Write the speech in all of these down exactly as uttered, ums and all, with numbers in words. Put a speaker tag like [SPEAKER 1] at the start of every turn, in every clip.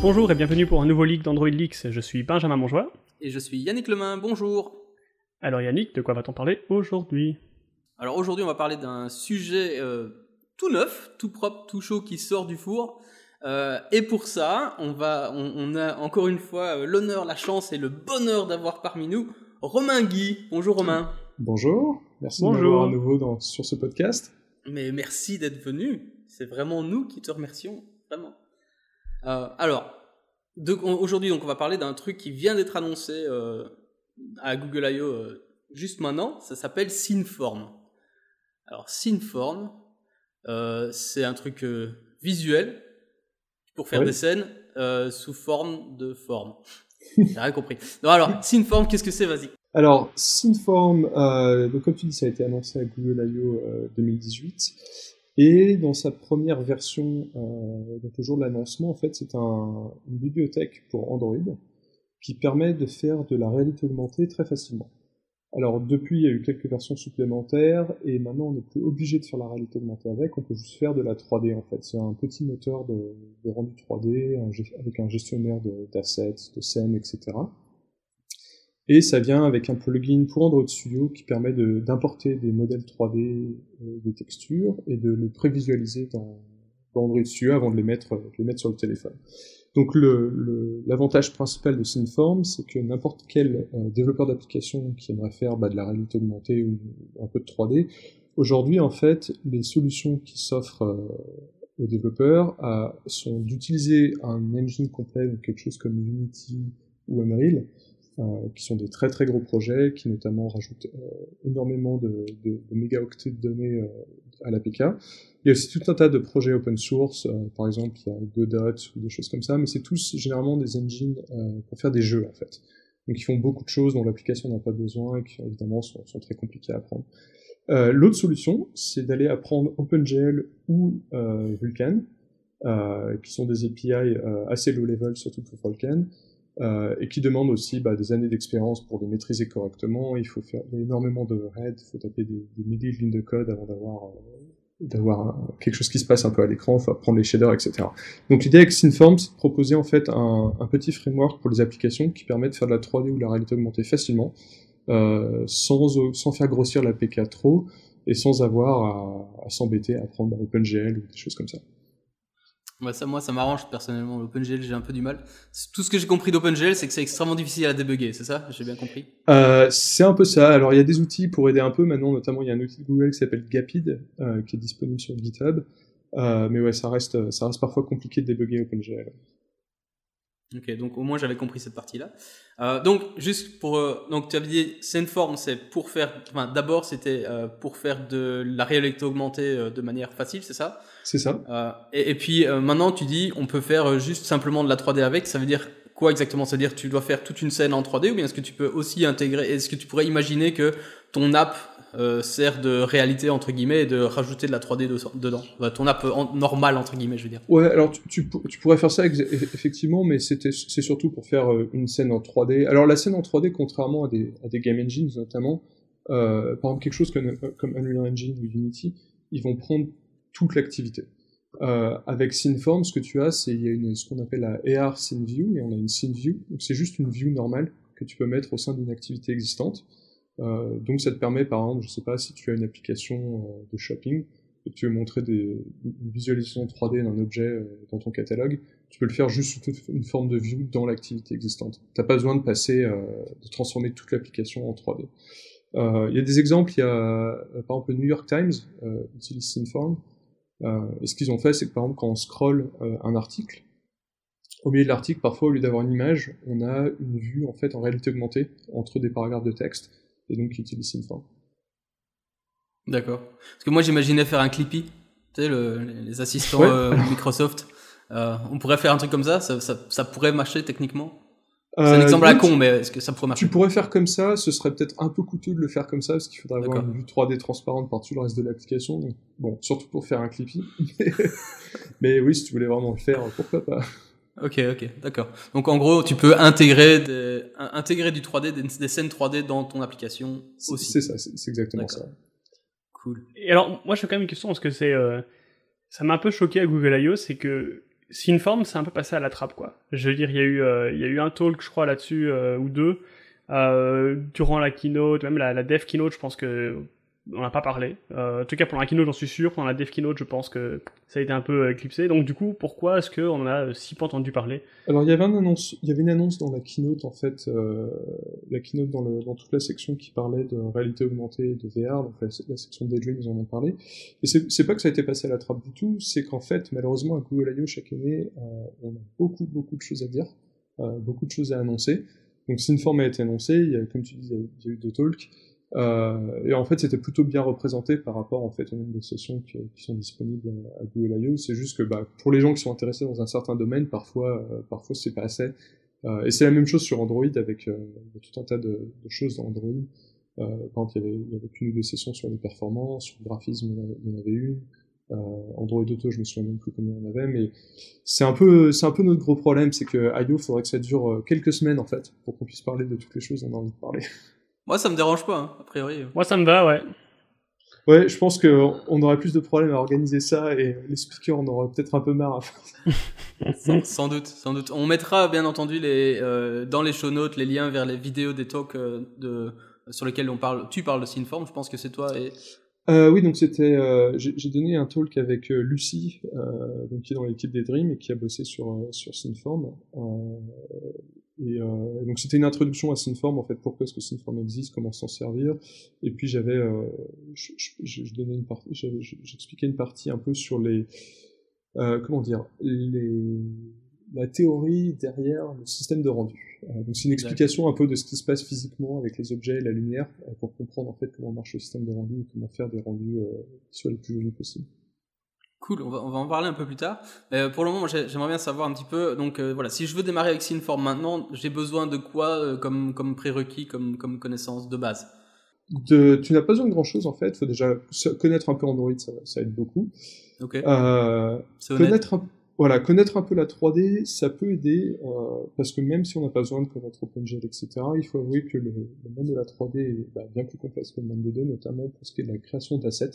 [SPEAKER 1] Bonjour et bienvenue pour un nouveau leak d'Android Leaks. Je suis Benjamin Monjoie.
[SPEAKER 2] Et je suis Yannick Lemain, bonjour.
[SPEAKER 1] Alors Yannick, de quoi va-t-on parler aujourd'hui ?
[SPEAKER 2] Alors aujourd'hui on va parler d'un sujet euh, tout neuf, tout propre, tout chaud qui sort du four. Euh, et pour ça, on, va, on, on a encore une fois euh, l'honneur, la chance et le bonheur d'avoir parmi nous Romain Guy. Bonjour Romain.
[SPEAKER 3] Bonjour, merci
[SPEAKER 1] Bonjour.
[SPEAKER 3] de m'avoir à nouveau dans, sur ce podcast.
[SPEAKER 2] Mais merci d'être venu, c'est vraiment nous qui te remercions, vraiment. Euh, alors, de, on, aujourd'hui donc on va parler d'un truc qui vient d'être annoncé euh, à Google I O euh, juste maintenant, ça s'appelle Synform. Alors Synform, euh, c'est un truc euh, visuel pour faire
[SPEAKER 3] oui.
[SPEAKER 2] des scènes euh, sous forme de forme. J'ai rien compris. Non, alors Synform, qu'est-ce que c'est ? Vas-y.
[SPEAKER 3] Alors Synform, euh, donc comme tu dis, ça a été annoncé à Google I O euh, deux mille dix-huit. Et dans sa première version, euh, donc le jour de l'annoncement, en fait, c'est un, une bibliothèque pour Android qui permet de faire de la réalité augmentée très facilement. Alors depuis, il y a eu quelques versions supplémentaires, et maintenant on n'est plus obligé de faire la réalité augmentée avec, on peut juste faire de la trois D en fait. C'est un petit moteur de, de rendu trois D un, avec un gestionnaire de, d'assets, de scènes, et cetera. Et ça vient avec un plugin pour Android Studio qui permet de, d'importer des modèles trois D, euh, des textures, et de les prévisualiser dans, dans Android Studio avant de les mettre, de les mettre sur le téléphone. Donc le, le, l'avantage principal de Synform, c'est que n'importe quel euh, développeur d'application qui aimerait faire bah, de la réalité augmentée ou un peu de trois D, aujourd'hui en fait, les solutions qui s'offrent euh, aux développeurs euh, sont d'utiliser un engine complet, donc quelque chose comme Unity ou Unreal, Euh, qui sont des très très gros projets, qui notamment rajoutent euh, énormément de, de, de mégaoctets de données euh, à l'A P K. Il y a aussi tout un tas de projets open source, euh, par exemple il y a Godot ou des choses comme ça, mais c'est tous généralement des engines euh, pour faire des jeux en fait. Donc ils font beaucoup de choses dont l'application n'a pas besoin et qui évidemment sont, sont très compliquées à apprendre. Euh, l'autre solution, c'est d'aller apprendre OpenGL ou euh, Vulkan, euh, qui sont des A P I euh, assez low level, surtout pour Vulkan. Euh, et qui demande aussi bah, des années d'expérience pour les maîtriser correctement. Il faut faire énormément de R E D, il faut taper des, des milliers de lignes de code avant d'avoir, euh, d'avoir un, quelque chose qui se passe un peu à l'écran, il faut apprendre les shaders, et cetera. Donc l'idée avec Synform, c'est de proposer en fait un, un petit framework pour les applications qui permet de faire de la trois D ou de la réalité augmentée facilement, euh, sans, sans faire grossir l'A P K trop, et sans avoir à, à s'embêter à apprendre bah, OpenGL ou des choses comme ça.
[SPEAKER 2] Ouais, ça, moi, ça m'arrange personnellement. L'OpenGL, j'ai un peu du mal. Tout ce que j'ai compris d'OpenGL, c'est que c'est extrêmement difficile à débugger, c'est ça ? J'ai bien compris.
[SPEAKER 3] Euh, c'est un peu ça. Alors, il y a des outils pour aider un peu maintenant, notamment il y a un outil de Google qui s'appelle Gapid, euh, qui est disponible sur GitHub. Euh, mais ouais, ça reste, ça reste parfois compliqué de débugger OpenGL.
[SPEAKER 2] Ok, donc au moins j'avais compris cette partie-là. Euh, donc juste pour, euh, donc tu avais dit Synform, c'est pour faire, enfin d'abord c'était euh, pour faire de la réalité augmentée euh, de manière facile, c'est ça ?
[SPEAKER 3] C'est ça.
[SPEAKER 2] Euh, et, et puis euh, maintenant tu dis on peut faire euh, juste simplement de la trois D avec. Ça veut dire quoi exactement ? C'est-à-dire que tu dois faire toute une scène en trois D ou bien est-ce que tu peux aussi intégrer ? Est-ce que tu pourrais imaginer que ton app euh, sert de réalité entre guillemets et de rajouter de la trois D de, dedans ? Enfin, ton app en, normale entre guillemets, je veux dire.
[SPEAKER 3] Ouais, alors tu, tu, tu pourrais faire ça ex- effectivement, mais c'était, c'est surtout pour faire euh, une scène en trois D. Alors la scène en trois D, contrairement à des, à des game engines notamment, euh, par exemple quelque chose comme, comme Unreal Engine ou Unity, ils vont prendre toute l'activité. Euh, avec Synform, ce que tu as, c'est il y a une, ce qu'on appelle la A R Scene View, et on a une Scene View, donc c'est juste une view normale que tu peux mettre au sein d'une activité existante. Euh, donc ça te permet, par exemple, je sais pas, si tu as une application euh, de shopping, et que tu veux montrer des, une visualisation trois D d'un objet euh, dans ton catalogue, tu peux le faire juste sous une forme de view dans l'activité existante. T'as pas besoin de passer, euh, de transformer toute l'application en trois D. Euh, il y a des exemples, il y a, euh, par exemple, le New York Times euh, utilise Synform. Euh, et ce qu'ils ont fait, c'est que par exemple, quand on scrolle euh, un article, au milieu de l'article, parfois, au lieu d'avoir une image, on a une vue en fait en réalité augmentée entre des paragraphes de texte, et donc ils utilisent Synform.
[SPEAKER 2] D'accord. Parce que moi, j'imaginais faire un Clippy, tu sais, le, les assistants
[SPEAKER 3] ouais.
[SPEAKER 2] euh, Microsoft. Euh, on pourrait faire un truc comme ça, ça, ça, ça pourrait marcher techniquement. C'est
[SPEAKER 3] Euh,
[SPEAKER 2] un exemple à
[SPEAKER 3] donc,
[SPEAKER 2] con, mais est-ce que ça pourrait marcher ?
[SPEAKER 3] Tu pourrais faire comme ça, ce serait peut-être un peu coûteux de le faire comme ça, parce qu'il faudrait
[SPEAKER 2] D'accord.
[SPEAKER 3] avoir une vue trois D transparente par-dessus le reste de l'application. Donc, bon, surtout pour faire un Clippy. Mais oui, si tu voulais vraiment le faire, pourquoi pas.
[SPEAKER 2] Ok, ok, d'accord. Donc en gros, tu peux intégrer, des, intégrer du trois D, des, des scènes trois D dans ton application aussi.
[SPEAKER 3] C'est ça, c'est, c'est exactement d'accord. ça.
[SPEAKER 2] Cool.
[SPEAKER 1] Et alors, moi, j'ai quand même une question, parce que c'est, euh, ça m'a un peu choqué à Google I O, c'est que Synform, c'est un peu passé à la trappe, quoi. Je veux dire, il y a eu, euh, il y a eu un talk, je crois, là-dessus, euh, ou deux, euh, durant la keynote, même la, la dev keynote, je pense que on n'a pas parlé. Euh, en tout cas, pour la keynote, j'en suis sûr. Pendant la dev keynote, je pense que ça a été un peu éclipsé. Donc, du coup, pourquoi est-ce qu'on en a si peu entendu parler?
[SPEAKER 3] Alors, il y avait une annonce, il y avait une annonce dans la keynote, en fait, euh, la keynote dans, le, dans toute la section qui parlait de réalité augmentée et de V R, donc la, la section Daydream, ils en ont parlé. Et c'est, c'est pas que ça a été passé à la trappe du tout, c'est qu'en fait, malheureusement, à Google I O, chaque année, euh, on a beaucoup, beaucoup de choses à dire, euh, beaucoup de choses à annoncer. Donc, Synform a été annoncé, il y a, comme tu dis, il y a, il y a eu deux talks. Euh, et en fait, c'était plutôt bien représenté par rapport en fait au nombre de sessions qui, qui sont disponibles à Google I O. C'est juste que bah, pour les gens qui sont intéressés dans un certain domaine, parfois, euh, parfois c'est pas assez. Euh, et c'est la même chose sur Android avec euh, tout un tas de, de choses dans Android. Euh, par exemple, il y avait, il y avait qu'une ou deux sessions sur les performances, sur le graphisme, il y en avait une. Euh, Android Auto, je me souviens même plus combien il y en avait, mais c'est un peu, c'est un peu notre gros problème, c'est que I O, faudrait que ça dure quelques semaines en fait pour qu'on puisse parler de toutes les choses dont on a envie de parler.
[SPEAKER 2] Moi, ça me dérange pas, hein, a priori.
[SPEAKER 1] Moi, ça me va, ouais.
[SPEAKER 3] Ouais, je pense qu'on aurait plus de problèmes à organiser ça et les speakers en auraient peut-être un peu marre à faire.
[SPEAKER 2] sans, sans doute, sans doute. On mettra bien entendu les, euh, dans les show notes les liens vers les vidéos des talks euh, de, sur lesquels on parle. Tu parles de Synform, je pense que c'est toi et...
[SPEAKER 3] Euh, oui, donc c'était, euh, j'ai, j'ai donné un talk avec euh, Lucie, euh, donc qui est dans l'équipe des Dream et qui a bossé sur euh, sur Synform. Euh, et euh, donc c'était une introduction à Synform en fait, pourquoi est-ce que Synform existe, comment s'en servir. Et puis j'avais, euh, je, je, je donnais une partie, j'avais, j'expliquais une partie un peu sur les, euh, comment dire, les la théorie derrière le système de rendu. Euh, donc c'est une explication un peu de ce qui se passe physiquement avec les objets et la lumière euh, pour comprendre en fait comment marche le système de rendu et comment faire des rendus euh, qui soient les plus jolis possibles.
[SPEAKER 2] Cool, on va, on va en parler un peu plus tard. Euh, pour le moment, j'aimerais bien savoir un petit peu. Donc euh, voilà, si je veux démarrer avec Synform maintenant, j'ai besoin de quoi euh, comme comme prérequis, comme comme connaissance de base?
[SPEAKER 3] De, tu n'as pas besoin de grand chose en fait. Il faut déjà connaître un peu Android, ça, ça aide beaucoup.
[SPEAKER 2] Ok.
[SPEAKER 3] Euh, connaître un Voilà, connaître un peu la trois D, ça peut aider, euh, parce que même si on n'a pas besoin de connaître OpenGL, et cetera, il faut avouer que le, le monde de la trois D est bah, bien plus complexe que le monde deux D, notamment pour ce qui est de la création d'assets.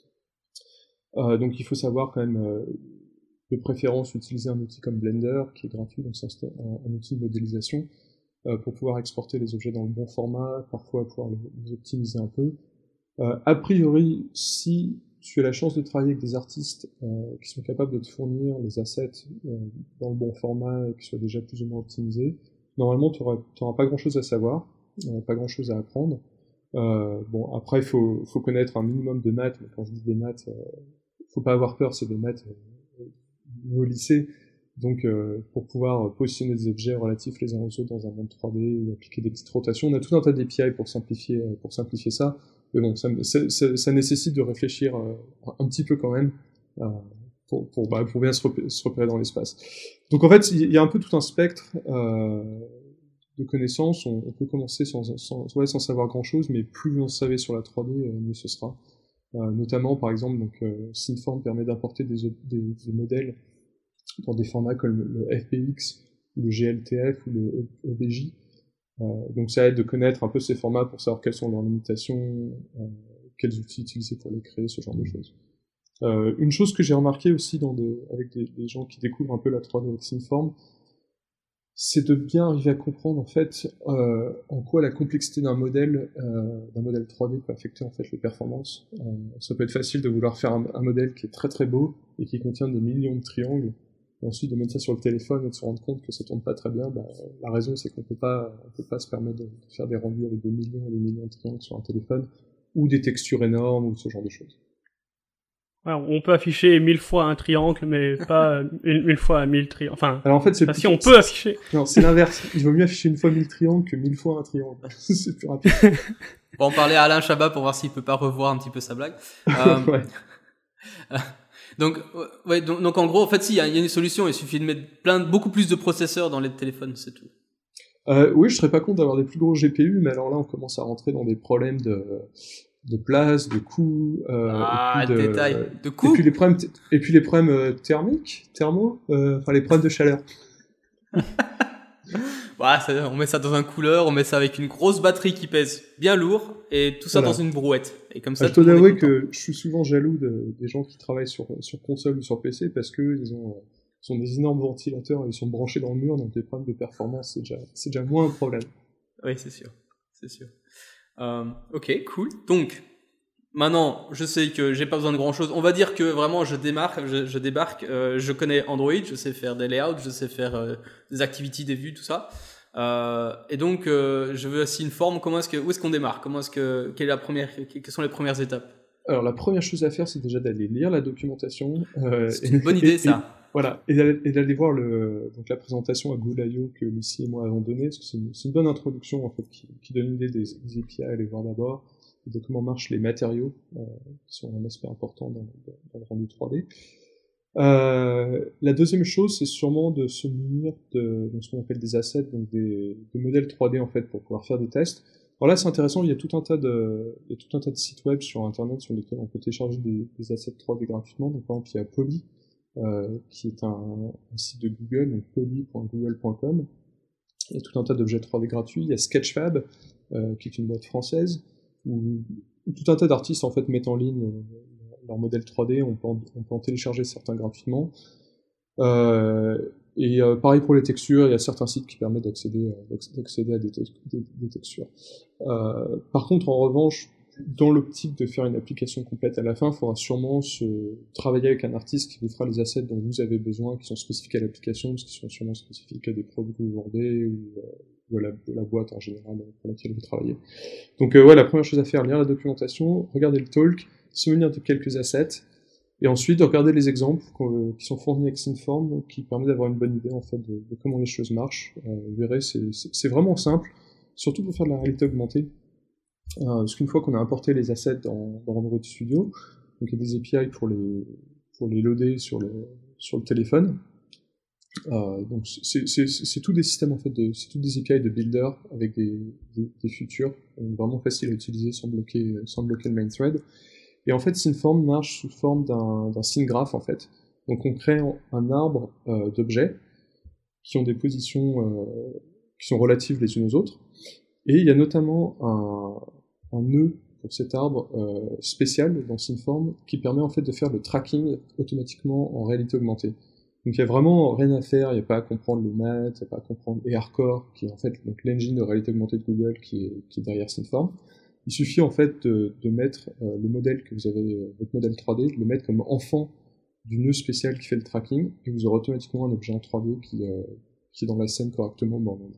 [SPEAKER 3] Euh, donc il faut savoir quand même, euh, de préférence, utiliser un outil comme Blender, qui est gratuit, donc c'est un, un outil de modélisation, euh, pour pouvoir exporter les objets dans le bon format, parfois pouvoir les, les optimiser un peu. Euh, a priori, si tu as la chance de travailler avec des artistes euh, qui sont capables de te fournir les assets euh, dans le bon format et qui soient déjà plus ou moins optimisés, normalement tu n'auras pas grand-chose à savoir, euh, pas grand-chose à apprendre. Euh, bon, après il faut, faut connaître un minimum de maths, mais quand je dis des maths, euh, faut pas avoir peur, c'est des maths euh, au lycée. Donc euh, pour pouvoir positionner des objets relatifs les uns aux autres dans un monde trois D, ou appliquer des petites rotations, on a tout un tas d'A P I pour simplifier, pour simplifier ça. Mais bon, ça, ça, ça, ça nécessite de réfléchir euh, un petit peu quand même euh, pour, pour, bah, pour bien se repérer, se repérer dans l'espace. Donc en fait, il y a un peu tout un spectre euh, de connaissances. On, on peut commencer sans, sans, ouais, sans savoir grand-chose, mais plus vous en savez sur la trois D, euh, mieux ce sera. Euh, notamment, par exemple, donc euh, Synform permet d'importer des, des, des modèles dans des formats comme le F B X, le G L T F ou le O B J. Euh, donc ça aide de connaître un peu ces formats pour savoir quelles sont leurs limitations, euh, quels outils utiliser pour les créer, ce genre de choses. Euh, une chose que j'ai remarqué aussi dans des, avec des, des gens qui découvrent un peu la trois D avec Synform, c'est de bien arriver à comprendre en fait euh, en quoi la complexité d'un modèle, euh, d'un modèle trois D peut affecter en fait les performances. Euh, ça peut être facile de vouloir faire un, un modèle qui est très très beau et qui contient des millions de triangles. Et ensuite de mettre ça sur le téléphone et de se rendre compte que ça tourne pas très bien, bah, la raison c'est qu'on peut pas, on peut pas se permettre de faire des rendus avec des millions et des millions de triangles sur un téléphone, ou des textures énormes, ou ce genre de choses.
[SPEAKER 1] Ouais, on peut afficher mille fois un triangle, mais pas une, une fois mille triangles. Enfin,
[SPEAKER 3] alors en fait, c'est
[SPEAKER 1] enfin, si on peut afficher.
[SPEAKER 3] Non, c'est l'inverse. Il vaut mieux afficher une fois mille triangles que mille fois un triangle. C'est plus rapide.
[SPEAKER 2] On va en parler à Alain Chabat pour voir s'il peut pas revoir un petit peu sa blague. Euh,
[SPEAKER 3] ouais.
[SPEAKER 2] Donc, ouais, donc, donc en gros, en fait, si, il y, y a une solution, il suffit de mettre plein, beaucoup plus de processeurs dans les téléphones, c'est tout.
[SPEAKER 3] Euh, oui, je serais pas contre d'avoir des plus gros G P U, mais alors là, on commence à rentrer dans des problèmes de, de place, de coût, euh,
[SPEAKER 2] ah,
[SPEAKER 3] et puis
[SPEAKER 2] de,
[SPEAKER 3] de,
[SPEAKER 2] détail, de coût.
[SPEAKER 3] Et puis les problèmes, t- et puis les problèmes euh, thermiques, thermo, euh, enfin les problèmes de chaleur.
[SPEAKER 2] Bah, ça, on met ça dans un couleur, on met ça avec une grosse batterie qui pèse bien lourd, et tout ça
[SPEAKER 3] voilà.
[SPEAKER 2] dans une brouette. Et comme ça,
[SPEAKER 3] ah, je dois avouer que je suis souvent jaloux de, des gens qui travaillent sur, sur console ou sur P C parce que ils ont, sont des énormes ventilateurs et ils sont branchés dans le mur, donc les problèmes de performance, c'est déjà, c'est déjà moins un problème.
[SPEAKER 2] Oui, c'est sûr, c'est sûr. Euh, ok, cool. Donc, maintenant, je sais que j'ai pas besoin de grand chose. On va dire que vraiment, je démarre, je, je débarque, euh, je connais Android, je sais faire des layouts, je sais faire euh, des activities, des vues, tout ça. Euh, et donc, euh, je veux aussi une forme. Comment est-ce que, où est-ce qu'on démarre? Comment est-ce que, quelle est la première, quelles sont les premières étapes?
[SPEAKER 3] Alors, la première chose à faire, c'est déjà d'aller lire la documentation. Euh,
[SPEAKER 2] c'est une bonne idée,
[SPEAKER 3] et,
[SPEAKER 2] ça.
[SPEAKER 3] Et, voilà, et d'aller, et d'aller voir le, donc la présentation à Google I O que Lucie et moi avons donnée, parce que c'est une, c'est une bonne introduction, en fait, qui, qui donne une idée des, des A P I, aller voir d'abord, et de comment marchent les matériaux, euh, qui sont un aspect important dans, dans, dans le rendu trois D. Euh, la deuxième chose, c'est sûrement de se munir de, de ce qu'on appelle des assets, donc des, des modèles trois D, en fait, pour pouvoir faire des tests. Alors là, c'est intéressant, il y a tout un tas de, il y a tout un tas de sites web sur Internet sur lesquels on peut télécharger des, des assets trois D gratuitement. Donc, par exemple, il y a Poly, euh, qui est un, un site de Google, donc poly point google point com. Il y a tout un tas d'objets trois D gratuits. Il y a Sketchfab, euh, qui est une boîte française, où, où tout un tas d'artistes, en fait, mettent en ligne euh, leur modèle trois D. On peut en, on peut en télécharger certains gratuitement. Euh, Et euh, pareil pour les textures, il y a certains sites qui permettent d'accéder, euh, d'accéder à des, te des, des textures. Euh, par contre, en revanche, dans l'optique de faire une application complète à la fin, il faudra sûrement se travailler avec un artiste qui vous fera les assets dont vous avez besoin, qui sont spécifiques à l'application, parce qu'ils sont sûrement spécifiques à des produits que vous vendez, ou, euh, ou à la, la boîte en général pour laquelle vous travaillez. Donc euh, ouais, la première chose à faire, lire la documentation, regarder le talk, se munir de quelques assets, et ensuite de regarder les exemples qui sont fournis avec Synform, qui permet d'avoir une bonne idée en fait de, de comment les choses marchent. Euh, vous verrez, c'est, c'est, c'est vraiment simple, surtout pour faire de la réalité augmentée. Euh, parce qu'une fois qu'on a importé les assets dans, dans Android Studio, donc il y a des A P I pour les pour les loader sur le sur le téléphone. Euh, donc c'est, c'est, c'est tout des systèmes en fait de c'est tout des A P I de builder avec des des, des features vraiment faciles à utiliser sans bloquer sans bloquer le main thread. Et en fait, Synform marche sous forme d'un, d'un syngraph, en fait. Donc on crée un arbre euh, d'objets qui ont des positions euh, qui sont relatives les unes aux autres. Et il y a notamment un, un nœud pour cet arbre euh, spécial dans Synform qui permet en fait de faire le tracking automatiquement en réalité augmentée. Donc il y a vraiment rien à faire, il n'y a pas à comprendre le math, il n'y a pas à comprendre ARCore, qui est en fait donc l'engine de réalité augmentée de Google qui est, qui est derrière Synform. Il suffit en fait de, de mettre euh, le modèle que vous avez, euh, votre modèle trois D, de le mettre comme enfant du nœud spécial qui fait le tracking, et vous aurez automatiquement un objet en trois D qui, euh, qui est dans la scène correctement dans le monde.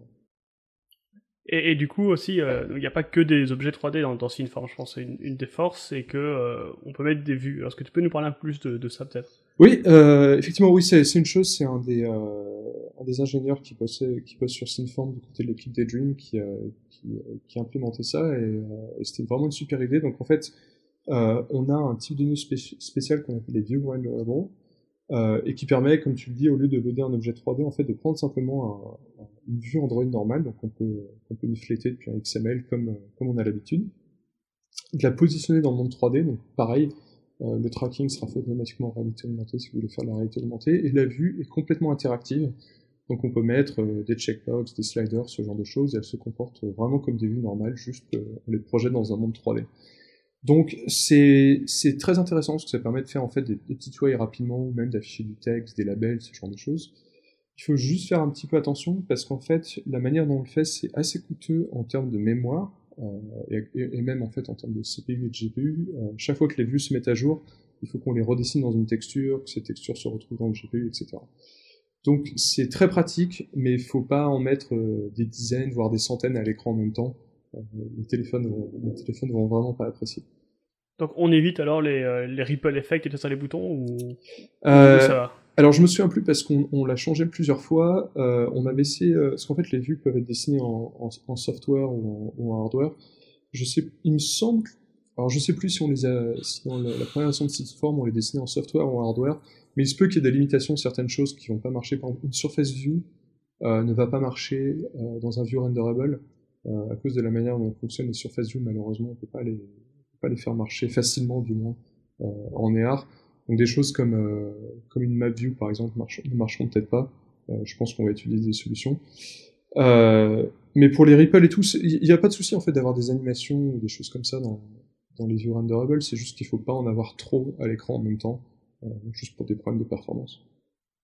[SPEAKER 1] Et, et du coup aussi, il euh, n'y a pas que des objets trois D dans, dans Synform, je pense que une, une des forces, c'est que euh, on peut mettre des vues. Alors, est-ce que tu peux nous parler un peu plus de, de ça peut-être?
[SPEAKER 3] Oui, euh, effectivement, oui, c'est, c'est une chose, c'est un des, euh, un des ingénieurs qui bossait, qui bosse sur Synform du côté de l'équipe Daydream qui, euh, qui, qui a implémenté ça, et, euh, et c'était vraiment une super idée. Donc en fait, euh, on a un type de nœud spé- spécial qu'on appelle les View Renderable, euh, et qui permet, comme tu le dis, au lieu de loader un objet trois D, en fait, de prendre simplement un, un, une vue Android normale, donc on peut, on peut y fléter depuis un X M L comme, comme on a l'habitude, de la positionner dans le monde trois D, donc pareil, Euh, le tracking sera fait automatiquement en réalité augmentée si vous voulez faire la réalité augmentée, et la vue est complètement interactive, donc on peut mettre euh, des checkbox, des sliders, ce genre de choses, et elles se comportent vraiment comme des vues normales, juste euh, on les projette dans un monde trois D. Donc c'est, c'est très intéressant, parce que ça permet de faire en fait des, des petits U I rapidement, ou même d'afficher du texte, des labels, ce genre de choses. Il faut juste faire un petit peu attention, parce qu'en fait, la manière dont on le fait, c'est assez coûteux en termes de mémoire, Euh, et, et même en fait en termes de C P U et de G P U, euh, chaque fois que les vues se mettent à jour, il faut qu'on les redessine dans une texture, que ces textures se retrouvent dans le G P U, et cetera. Donc c'est très pratique, mais il faut pas en mettre euh, des dizaines, voire des centaines à l'écran en même temps. Euh, les téléphones vont, les téléphones vont vraiment pas apprécier.
[SPEAKER 1] Donc on évite alors les, euh, les ripple effects et tout ça, les boutons, ou,
[SPEAKER 3] euh,
[SPEAKER 1] ou ça va?
[SPEAKER 3] Alors je me souviens plus parce qu'on on l'a changé plusieurs fois. Euh, on avait essayé euh, parce qu'en fait les vues peuvent être dessinées en, en, en software ou en, ou en hardware. Je sais, il me semble. Alors je sais plus si on les a, si dans la, la première version de Synform on les dessinait en software ou en hardware, mais il se peut qu'il y ait des limitations, certaines choses qui vont pas marcher. Par exemple, une surface view euh, ne va pas marcher euh, dans un view renderable euh, à cause de la manière dont fonctionnent les surface view. Malheureusement, on peut pas les, on peut pas les faire marcher facilement, du moins euh, en A R. Donc des choses comme, euh, comme une map view par exemple marche, ne marcheront peut-être pas. Euh, je pense qu'on va utiliser des solutions. Euh, mais pour les ripples et tout, il n'y a pas de souci en fait d'avoir des animations ou des choses comme ça dans, dans les views renderables, c'est juste qu'il faut pas en avoir trop à l'écran en même temps, euh, juste pour des problèmes de performance.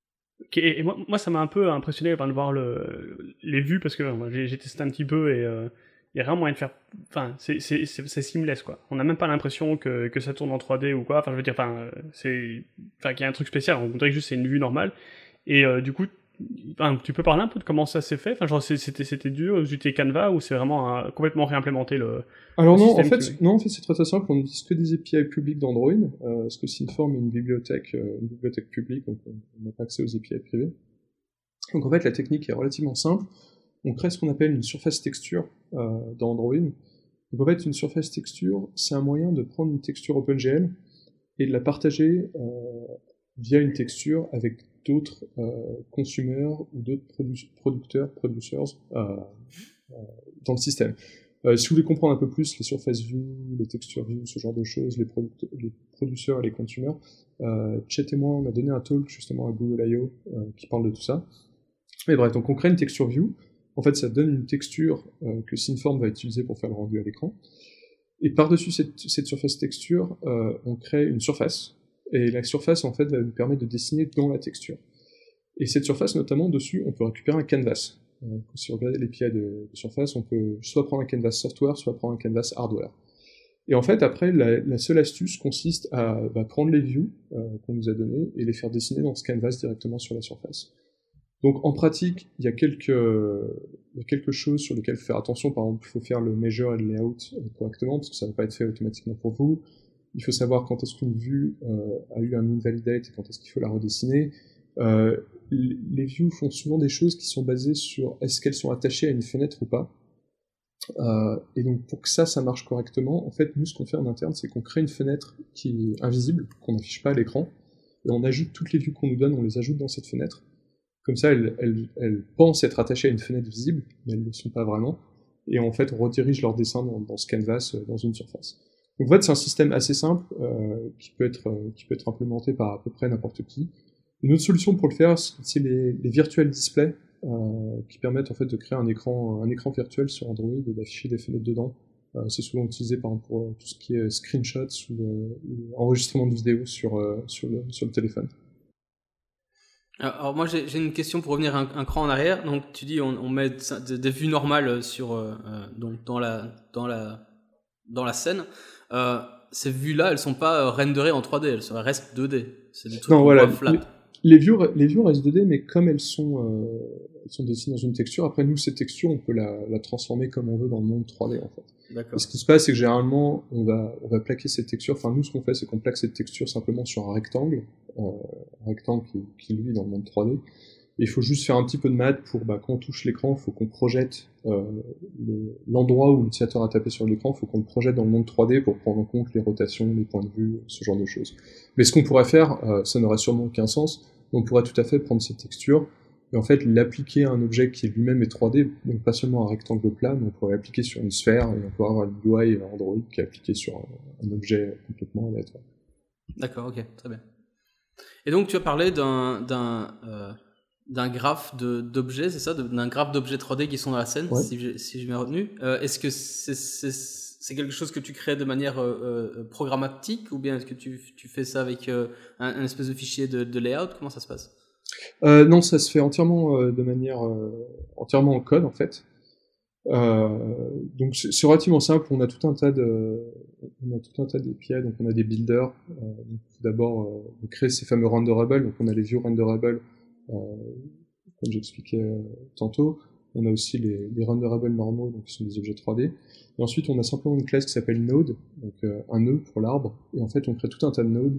[SPEAKER 1] Ok, et et moi, moi, ça m'a un peu impressionné enfin, de voir le, les vues, parce que moi, j'ai j'ai testé un petit peu et il y a vraiment moyen de faire. Enfin, c'est c'est- c'est- c'est seamless, quoi. On n'a même pas l'impression que, que ça tourne en trois D ou quoi. Enfin, je veux dire, enfin, euh, c'est. Enfin, qu'il y a un truc spécial. On dirait que juste c'est une vue normale. Et euh, du coup, enfin, tu peux parler un peu de comment ça s'est fait. Enfin, genre, c'est- c'était c'était dur, vous utilisez Canva ou c'est vraiment un- complètement réimplémenté le,
[SPEAKER 3] Alors
[SPEAKER 1] le
[SPEAKER 3] non, en
[SPEAKER 1] système
[SPEAKER 3] fait,
[SPEAKER 1] qui.
[SPEAKER 3] non, en fait, c'est très très simple. On n'utilise que des A P I publics d'Android, euh, parce que Synform est une bibliothèque, euh, une bibliothèque publique, donc on n'a pas accès aux A P I privés. Donc en fait, la technique est relativement simple. On crée ce qu'on appelle une surface texture euh, dans Android. Donc en fait, une surface texture, c'est un moyen de prendre une texture OpenGL et de la partager euh, via une texture avec d'autres euh, consommateurs ou d'autres produ producteurs, producers euh, euh, dans le système. Euh, si vous voulez comprendre un peu plus les surface view, les texture view, ce genre de choses, les, les producteurs et les consommateurs, euh, Chet et moi, on a donné un talk justement à Google I O euh, qui parle de tout ça. Mais bref, donc on crée une texture view. En fait, ça donne une texture euh, que Synform va utiliser pour faire le rendu à l'écran. Et par-dessus cette, cette surface texture, euh, on crée une surface. Et la surface, en fait, va nous permettre de dessiner dans la texture. Et cette surface, notamment, dessus, on peut récupérer un canvas. Donc, si vous regardez l'A P I de, de surface, on peut soit prendre un canvas software, soit prendre un canvas hardware. Et en fait, après, la, la seule astuce consiste à bah, prendre les views euh, qu'on nous a données et les faire dessiner dans ce canvas directement sur la surface. Donc en pratique, il y a quelques, il y a quelque chose sur lesquelles il faut faire attention. Par exemple, il faut faire le measure et le layout correctement, parce que ça ne va pas être fait automatiquement pour vous. Il faut savoir quand est-ce qu'une vue euh, a eu un invalidate et quand est-ce qu'il faut la redessiner. Euh, les views font souvent des choses qui sont basées sur est-ce qu'elles sont attachées à une fenêtre ou pas. Euh, et donc pour que ça, ça marche correctement, en fait, nous, ce qu'on fait en interne, c'est qu'on crée une fenêtre qui est invisible, qu'on n'affiche pas à l'écran, et on ajoute toutes les vues qu'on nous donne, on les ajoute dans cette fenêtre. Comme ça, elles, elles, elles pensent être attachées à une fenêtre visible, mais elles ne le sont pas vraiment. Et en fait, on redirige leur dessin dans, dans ce canvas, euh, dans une surface. Donc en fait, c'est un système assez simple euh, qui, peut être, euh, qui peut être implémenté par à peu près n'importe qui. Une autre solution pour le faire, c'est les, les virtual displays euh, qui permettent en fait de créer un écran, un écran virtuel sur Android et d'afficher des fenêtres dedans. Euh, c'est souvent utilisé par exemple pour tout ce qui est screenshots ou, euh, ou enregistrement de vidéos sur, euh, sur, le, sur le téléphone.
[SPEAKER 2] Alors moi j'ai une question pour revenir un, un cran en arrière. Donc tu dis on, on met des, des vues normales sur euh, donc dans la dans la dans la scène. Euh, ces vues-là, elles sont pas renderées en trois D, elles restent deux D. C'est des trucs qu'on
[SPEAKER 3] voilà,
[SPEAKER 2] voit flat.
[SPEAKER 3] Les, les vues les vues restent deux D, mais comme elles sont euh, elles sont dessinées dans une texture, après nous cette texture on peut la, la transformer comme on veut dans le monde trois D en fait. Et ce qui se passe, c'est que généralement, on va, on va plaquer cette texture, enfin nous ce qu'on fait, c'est qu'on plaque cette texture simplement sur un rectangle, euh, un rectangle qui, qui lui est dans le monde trois D, et il faut juste faire un petit peu de maths pour, bah, quand on touche l'écran, il faut qu'on projette euh, l'endroit le, où l'utilisateur a tapé sur l'écran, il faut qu'on le projette dans le monde trois D pour prendre en compte les rotations, les points de vue, ce genre de choses. Mais ce qu'on pourrait faire, euh, ça n'aurait sûrement aucun sens, on pourrait tout à fait prendre cette texture, et en fait l'appliquer à un objet qui lui-même est trois D, donc pas seulement un rectangle plat, mais on pourrait l'appliquer sur une sphère, et on pourrait avoir une U I Android qui est appliquée sur un, un objet complètement aléatoire.
[SPEAKER 2] D'accord, ok, très bien. Et donc tu as parlé d'un d'un euh, d'un graphe d'objets, c'est ça, d'un graphe d'objets trois D qui sont dans la scène,
[SPEAKER 3] ouais.
[SPEAKER 2] si je, si je m'ai retenu. Euh, est-ce que c'est c'est quelque chose que tu crées de manière euh, programmatique, ou bien est-ce que tu, tu fais ça avec euh, un, un espèce de fichier de, de layout? Comment ça se passe?
[SPEAKER 3] Euh, non, ça se fait entièrement euh, de manière euh, entièrement en code en fait. Euh, donc c'est relativement simple. On a tout un tas de, on a tout un tas d'A P I. Donc on a des builders. Euh, tout d'abord, euh, on crée ces fameux renderables. Donc on a les views renderables, euh, comme j'expliquais euh, tantôt. On a aussi les, les renderables normaux, donc qui sont des objets trois D. Et ensuite, on a simplement une classe qui s'appelle node, donc euh, un nœud pour l'arbre. Et en fait, on crée tout un tas de nodes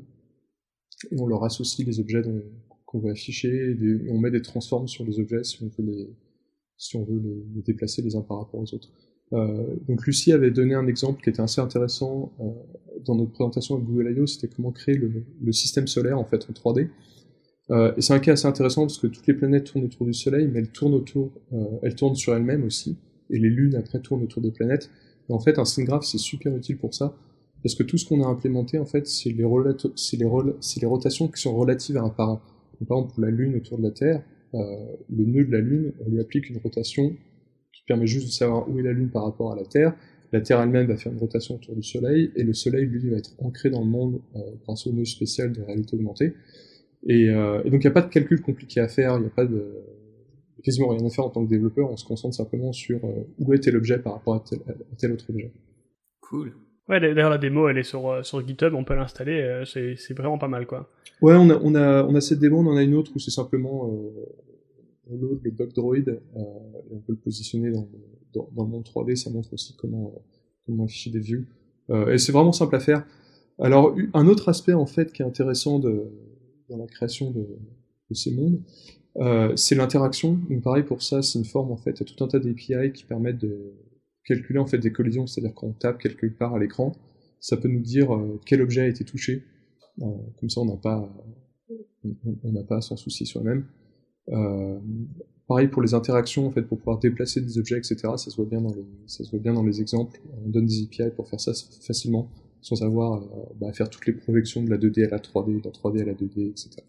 [SPEAKER 3] et on leur associe les objets dont qu'on veut afficher, et des, on met des transforms sur les objets si on veut les, si on veut les, les déplacer les uns par rapport aux autres. Euh, donc Lucie avait donné un exemple qui était assez intéressant euh, dans notre présentation avec Google I O, c'était comment créer le, le système solaire en fait en trois D. Euh, et c'est un cas assez intéressant parce que toutes les planètes tournent autour du Soleil, mais elles tournent autour, euh, elles tournent sur elles-mêmes aussi, et les lunes après tournent autour des planètes. Et en fait, un scene graph c'est super utile pour ça. Parce que tout ce qu'on a implémenté, en fait, c'est les, c'est les, les rotations qui sont relatives à un par un. Donc, par exemple, pour la Lune autour de la Terre, euh, le nœud de la Lune, on lui applique une rotation qui permet juste de savoir où est la Lune par rapport à la Terre. La Terre elle-même va faire une rotation autour du Soleil, et le Soleil, lui, va être ancré dans le monde euh, grâce au nœud spécial de réalité augmentée. Et, euh, et donc il n'y a pas de calcul compliqué à faire, il n'y a pas de quasiment rien à faire en tant que développeur, on se concentre simplement sur euh, où est tel objet par rapport à tel, à tel autre objet.
[SPEAKER 2] Cool.
[SPEAKER 1] Ouais, d'ailleurs la démo elle est sur, euh, sur GitHub, on peut l'installer, euh, c'est, c'est vraiment pas mal quoi.
[SPEAKER 3] Ouais, on a, on a, on a cette démo, on en a une autre où c'est simplement euh, on load le bug droid euh, et on peut le positionner dans, dans, dans le monde trois D, ça montre aussi comment, euh, comment afficher des views. Euh, et c'est vraiment simple à faire. Alors, un autre aspect en fait qui est intéressant de, dans la création de, de ces mondes, euh, c'est l'interaction. Donc pareil pour ça, c'est une forme en fait, il y a tout un tas d'A P I qui permettent de calculer en fait des collisions, c'est-à-dire quand on tape quelque part à l'écran, ça peut nous dire euh, quel objet a été touché. Euh, comme ça, on n'a pas, on n'a pas à s'en soucier soi-même. Euh, pareil pour les interactions en fait, pour pouvoir déplacer des objets, et cetera. Ça se voit bien dans les, ça se voit bien dans les exemples. On donne des A P I pour faire ça facilement, sans avoir euh, bah, faire toutes les projections de la deux D à la trois D, de la trois D à la deux D, et cetera.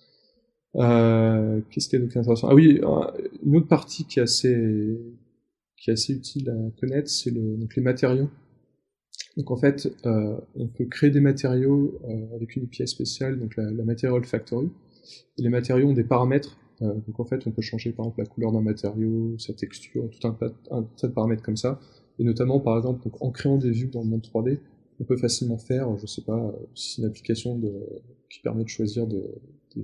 [SPEAKER 3] Euh, qu'est-ce qu'il y a d'autre intéressant ? Ah oui, une autre partie qui est assez, qui est assez utile à connaître, c'est le, donc les matériaux. Donc en fait, euh, on peut créer des matériaux euh, avec une A P I spéciale, donc la, la Material Factory. Et les matériaux ont des paramètres, euh, donc en fait on peut changer par exemple la couleur d'un matériau, sa texture, tout un, un tas de paramètres comme ça. Et notamment par exemple donc, en créant des vues dans le monde trois D, on peut facilement faire, je sais pas, si c'est une application de, qui permet de choisir de, de,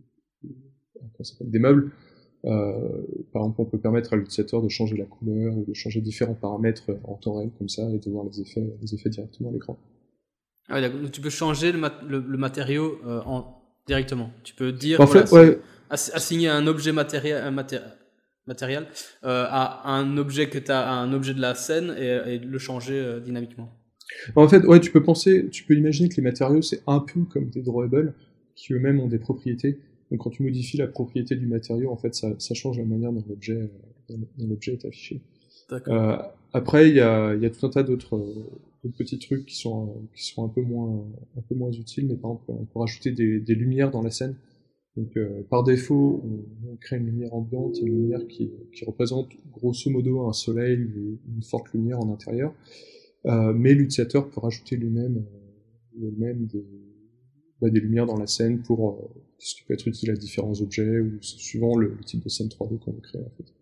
[SPEAKER 3] de, des meubles. Euh, par exemple, on peut permettre à l'utilisateur de changer la couleur ou de changer différents paramètres en temps réel comme ça et de voir les effets, les effets directement à l'écran.
[SPEAKER 2] Ah oui, d'accord. Donc tu peux changer le, mat- le, le matériau euh, en, directement. Tu peux dire
[SPEAKER 3] En
[SPEAKER 2] voilà,
[SPEAKER 3] fait, ouais.
[SPEAKER 2] ass- assigner un objet matériel, un maté- matériel euh, à un objet que t'as, à un objet de la scène et, et le changer euh, dynamiquement.
[SPEAKER 3] En fait, ouais, tu peux penser, tu peux imaginer que les matériaux c'est un peu comme des drawables qui eux-mêmes ont des propriétés. Donc quand tu modifies la propriété du matériau, en fait, ça, ça change la manière dont l'objet, dont l'objet est affiché.
[SPEAKER 2] D'accord.
[SPEAKER 3] Euh, après, il y a, y a tout un tas d'autres, d'autres petits trucs qui sont, qui sont un peu moins, un peu moins utiles, mais par exemple, on peut rajouter des, des lumières dans la scène. Donc, euh, par défaut, on, on crée une lumière ambiante, une lumière qui, qui représente grosso modo un soleil ou une forte lumière en intérieur. Euh, mais l'utilisateur peut rajouter lui-même, euh, lui-même des, bah, des lumières dans la scène pour euh, ce qui peut être utile à différents objets ou suivant le, le type de scène trois D qu'on veut créer en fait.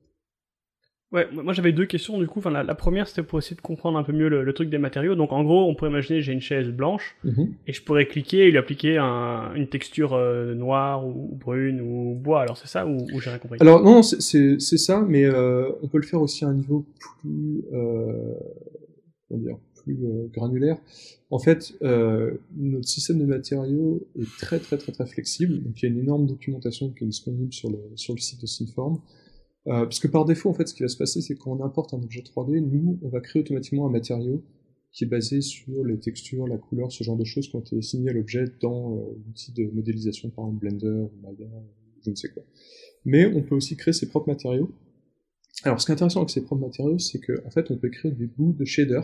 [SPEAKER 1] Ouais, moi j'avais deux questions du coup. Enfin, la, la première c'était pour essayer de comprendre un peu mieux le, le truc des matériaux. Donc en gros, on pourrait imaginer j'ai une chaise blanche
[SPEAKER 3] Mm-hmm.
[SPEAKER 1] et je pourrais cliquer et lui appliquer un, une texture euh, noire ou brune ou bois. Alors c'est ça ou, ou j'ai rien compris?
[SPEAKER 3] Alors non, c'est, c'est, c'est ça, mais euh, on peut le faire aussi à un niveau plus, euh, comment dire, plus euh, granulaire. En fait, euh, notre système de matériaux est très très très très flexible. Donc il y a une énorme documentation qui est disponible sur le sur le site de Synform. Euh, parce que par défaut, en fait, ce qui va se passer, c'est que quand on importe un objet trois D, nous, on va créer automatiquement un matériau qui est basé sur les textures, la couleur, ce genre de choses qui ont été assignées à l'objet dans euh, l'outil de modélisation, par exemple Blender ou Maya, je ne sais quoi. Mais on peut aussi créer ses propres matériaux. Alors, ce qui est intéressant avec ces propres matériaux, c'est qu'en en fait, on peut créer des bouts de shader.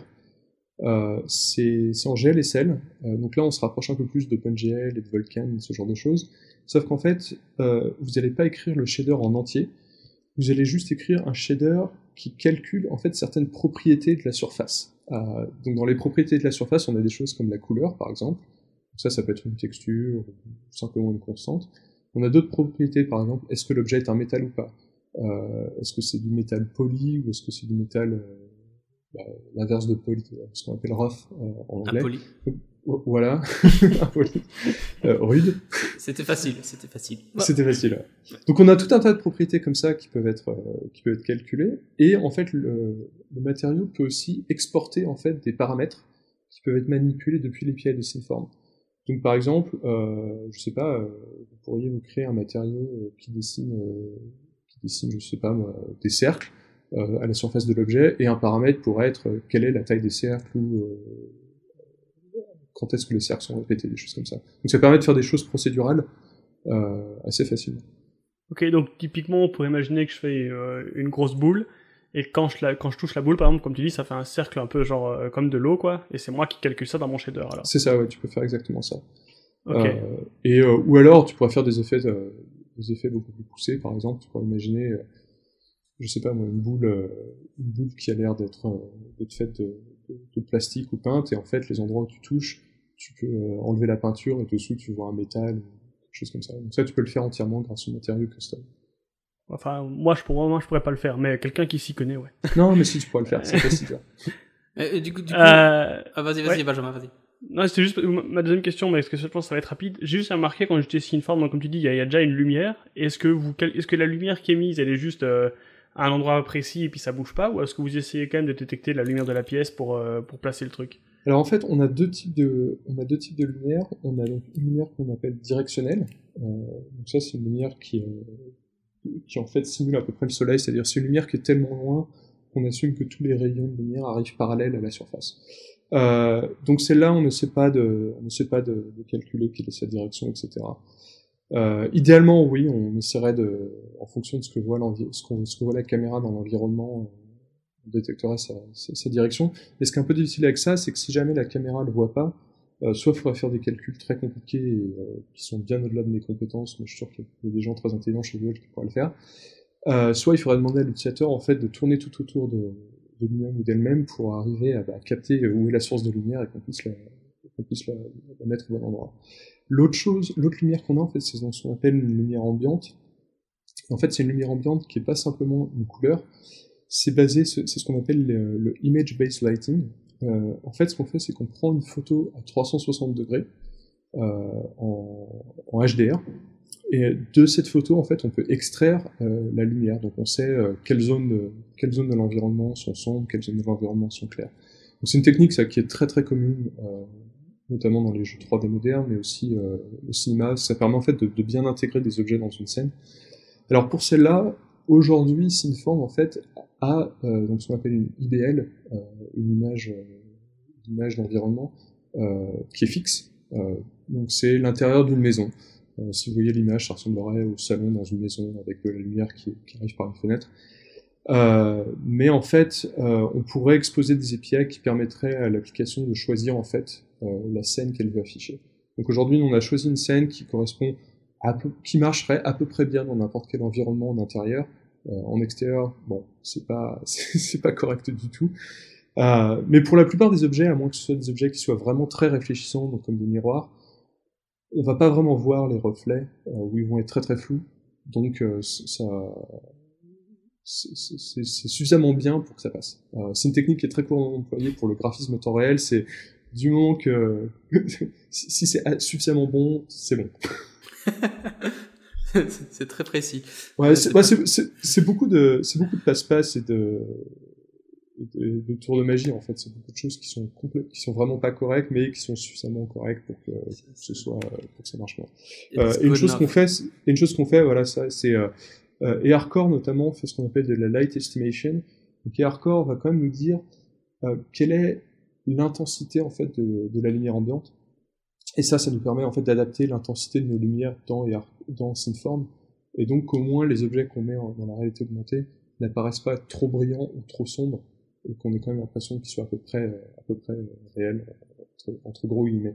[SPEAKER 3] Euh, c'est, c'est en G L et S L. Euh, donc là, on se rapproche un peu plus d'OpenGL et de Vulkan, ce genre de choses. Sauf qu'en fait, euh, vous n'allez pas écrire le shader en entier. Vous allez juste écrire un shader qui calcule en fait certaines propriétés de la surface. Euh, donc dans les propriétés de la surface, on a des choses comme la couleur, par exemple. Donc ça, ça peut être une texture, ou simplement une constante. On a d'autres propriétés, par exemple, est-ce que l'objet est un métal ou pas ? euh, Est-ce que c'est du métal poli ou est-ce que c'est du métal euh, bah, l'inverse de poli, ce qu'on appelle rough euh, en anglais.
[SPEAKER 2] Impoli.
[SPEAKER 3] Voilà, euh, rude.
[SPEAKER 2] C'était facile, c'était facile.
[SPEAKER 3] C'était facile. Ouais. Donc on a tout un tas de propriétés comme ça qui peuvent être euh, qui peuvent être calculées et en fait le, le matériau peut aussi exporter en fait des paramètres qui peuvent être manipulés depuis l'A P I de Synform. Donc par exemple, euh, je sais pas, euh, vous pourriez vous créer un matériau euh, qui dessine euh, qui dessine je sais pas moi, des cercles euh, à la surface de l'objet et un paramètre pourrait être euh, quelle est la taille des cercles ou euh, quand est-ce que les cercles sont répétés, des choses comme ça. Donc ça permet de faire des choses procédurales euh, assez facilement.
[SPEAKER 1] Ok, donc typiquement on pourrait imaginer que je fais euh, une grosse boule, et quand je, la, quand je touche la boule, par exemple, comme tu dis, ça fait un cercle un peu genre euh, comme de l'eau, quoi, et c'est moi qui calcule ça dans mon shader, alors.
[SPEAKER 3] C'est ça, ouais, tu peux faire exactement ça.
[SPEAKER 1] Ok.
[SPEAKER 3] Euh, et, euh, ou alors tu pourrais faire des effets, euh, des effets beaucoup plus poussés, par exemple, tu pourrais imaginer, euh, je sais pas moi, une boule, euh, une boule qui a l'air d'être, euh, d'être faite de, de, de plastique ou peinte, et en fait les endroits où tu touches, tu peux euh, enlever la peinture et dessous tu vois un métal, quelque choses comme ça. Donc ça, tu peux le faire entièrement grâce aux matériaux custom.
[SPEAKER 1] Enfin, moi, je pourrais, moi, je pourrais pas le faire, mais quelqu'un qui s'y connaît, ouais.
[SPEAKER 3] Non, mais si, tu pourrais le faire, c'est facile.
[SPEAKER 2] Et, et du coup, du coup...
[SPEAKER 1] Euh...
[SPEAKER 2] Ah, vas-y, vas-y,
[SPEAKER 1] ouais.
[SPEAKER 2] Benjamin, vas-y.
[SPEAKER 1] Non, c'était juste ma deuxième question, mais est-ce que je pense que ça va être rapide? J'ai juste remarqué quand j'étais Synform, donc comme tu dis, il y, y a déjà une lumière. Est-ce que vous, est-ce que la lumière qui est mise, elle est juste euh, à un endroit précis et puis ça bouge pas, ou est-ce que vous essayez quand même de détecter la lumière de la pièce pour euh, pour placer le truc?
[SPEAKER 3] Alors en fait, on a deux types de, on a deux types de lumière. On a donc une lumière qu'on appelle directionnelle. Euh, donc ça, c'est une lumière qui, euh, qui en fait simule à peu près le soleil, c'est-à-dire c'est une lumière qui est tellement loin qu'on assume que tous les rayons de lumière arrivent parallèles à la surface. Euh, donc celle-là, on ne sait pas de, on ne sait pas de, de calculer quelle est sa direction, et cetera. Euh, idéalement, oui, on essaierait de, en fonction de ce que voit l'envi- ce, qu'on, ce que voit la caméra dans l'environnement, on détecterait sa, sa, sa direction. Mais ce qui est un peu difficile avec ça, c'est que si jamais la caméra le voit pas, euh, soit il faudrait faire des calculs très compliqués et, euh, qui sont bien au-delà de mes compétences, mais je suis sûr qu'il y a des gens très intelligents chez Google qui pourraient le faire. Euh, soit il faudrait demander à l'utilisateur en fait de tourner tout autour de de lui-même ou d'elle-même pour arriver à, à capter où est la source de lumière et qu'on puisse la, qu'on puisse la, la mettre au bon endroit. L'autre chose, l'autre lumière qu'on a en fait, c'est ce qu'on appelle une lumière ambiante. En fait, c'est une lumière ambiante qui est pas simplement une couleur. C'est basé, c'est ce qu'on appelle le, le image-based lighting. Euh, en fait, ce qu'on fait, c'est qu'on prend une photo à trois cent soixante degrés euh, en, en H D R. Et de cette photo, en fait, on peut extraire euh, la lumière. Donc on sait euh, quelles zones, de, quelles zones de l'environnement sont sombres, quelles zones de l'environnement sont claires. Donc c'est une technique ça, qui est très très commune, euh, notamment dans les jeux trois D modernes, mais aussi euh, au cinéma. Ça permet en fait de, de bien intégrer des objets dans une scène. Alors pour celle-là, aujourd'hui, Synform en fait a euh, donc ce qu'on appelle une I B L, euh, une image, euh, une image d'environnement euh, qui est fixe. Euh, donc c'est l'intérieur d'une maison. Euh, si vous voyez l'image, ça ressemblerait au salon dans une maison avec de la lumière qui, qui arrive par une fenêtre. Euh, mais en fait, euh, on pourrait exposer des A P I qui permettraient à l'application de choisir en fait euh, la scène qu'elle veut afficher. Donc aujourd'hui, on a choisi une scène qui correspond à peu, qui marcherait à peu près bien dans n'importe quel environnement en intérieur. Euh, en extérieur, bon, c'est pas c'est, c'est pas correct du tout. Euh, mais pour la plupart des objets, à moins que ce soit des objets qui soient vraiment très réfléchissants, donc comme des miroirs, on va pas vraiment voir les reflets, euh, où ils vont être très très flous, donc euh, ça, c'est, c'est, c'est suffisamment bien pour que ça passe. Euh, c'est une technique qui est très couramment employée pour le graphisme en temps réel, c'est du moment que si, si c'est suffisamment bon, c'est bon.
[SPEAKER 2] C'est très précis.
[SPEAKER 3] Ouais, c'est, bah, c'est, c'est, c'est beaucoup de, c'est beaucoup de passe-passe et de, de, de tours de magie en fait. C'est beaucoup de choses qui sont complètes, qui sont vraiment pas correctes, mais qui sont suffisamment correctes pour que, que ce soit, pour que ça marche bien. Euh, et une chose qu'on fait, c'est, une chose qu'on fait, voilà, ça, c'est euh, euh, et Hardcore notamment fait ce qu'on appelle de la light estimation. Donc Hardcore va quand même nous dire euh, quelle est l'intensité en fait de, de la lumière ambiante. Et ça, ça nous permet en fait d'adapter l'intensité de nos lumières dans, dans Synform, et donc au moins les objets qu'on met en, dans la réalité augmentée n'apparaissent pas trop brillants ou trop sombres, et qu'on ait quand même l'impression qu'ils soient à peu près, à peu près réels, entre, entre gros guillemets.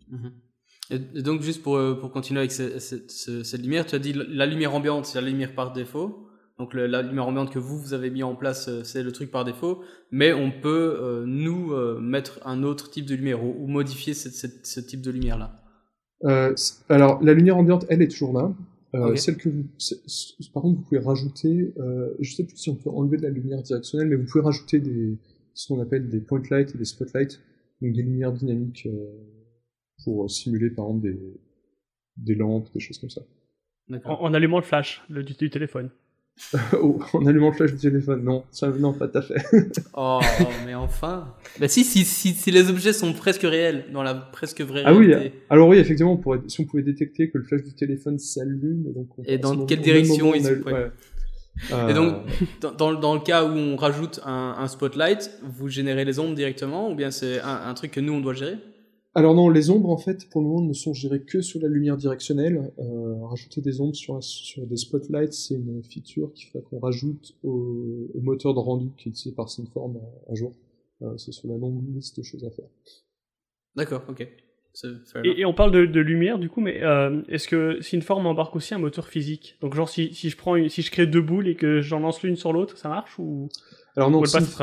[SPEAKER 2] Mm-hmm. Et donc juste pour, pour continuer avec ce, ce, ce, cette lumière, tu as dit la lumière ambiante, c'est la lumière par défaut. Donc le, la lumière ambiante que vous, vous avez mis en place, c'est le truc par défaut, mais on peut, euh, nous, euh, mettre un autre type de lumière ou, ou modifier cette, cette, ce type de lumière-là.
[SPEAKER 3] Euh, alors, la lumière ambiante, elle est toujours là. Euh,
[SPEAKER 2] okay.
[SPEAKER 3] Celle que vous, par contre, vous pouvez rajouter, euh, je sais plus si on peut enlever de la lumière directionnelle, mais vous pouvez rajouter des, ce qu'on appelle des point lights et des spotlights, donc des lumières dynamiques euh, pour simuler, par exemple, des, des lampes, des choses comme ça.
[SPEAKER 1] En, en allumant le flash le, du, du téléphone.
[SPEAKER 3] Oh, en allumant le flash du téléphone, non, ça, non, pas tout à fait.
[SPEAKER 2] Oh, mais enfin. Bah si, si, si, si les objets sont presque réels, dans la presque vraie
[SPEAKER 3] ah
[SPEAKER 2] réalité.
[SPEAKER 3] Ah oui, alors oui, effectivement, on pourrait, si on pouvait détecter que le flash du téléphone s'allume, et donc on,
[SPEAKER 2] et dans quelle
[SPEAKER 3] moment,
[SPEAKER 2] direction il se
[SPEAKER 3] ouais.
[SPEAKER 2] ouais. euh... Et donc, dans, dans, dans le cas où on rajoute un, un spotlight, vous générez les ombres directement, ou bien c'est un, un truc que nous on doit gérer?
[SPEAKER 3] Alors non, les ombres en fait pour le moment ne sont gérées que sur la lumière directionnelle. Euh, rajouter des ombres sur, sur des spotlights, c'est une feature qu'il faut qu'on rajoute au, au moteur de rendu qui est utilisé par Synform un jour. Euh, c'est sur la longue liste de choses à faire.
[SPEAKER 2] D'accord, ok.
[SPEAKER 1] Et, et on parle de, de lumière du coup, mais euh, est-ce que Synform embarque aussi un moteur physique? Donc genre si, si je prends une, si je crée deux boules et que j'en lance l'une sur l'autre, ça marche ou
[SPEAKER 3] alors non,
[SPEAKER 1] ou elle passe à travers?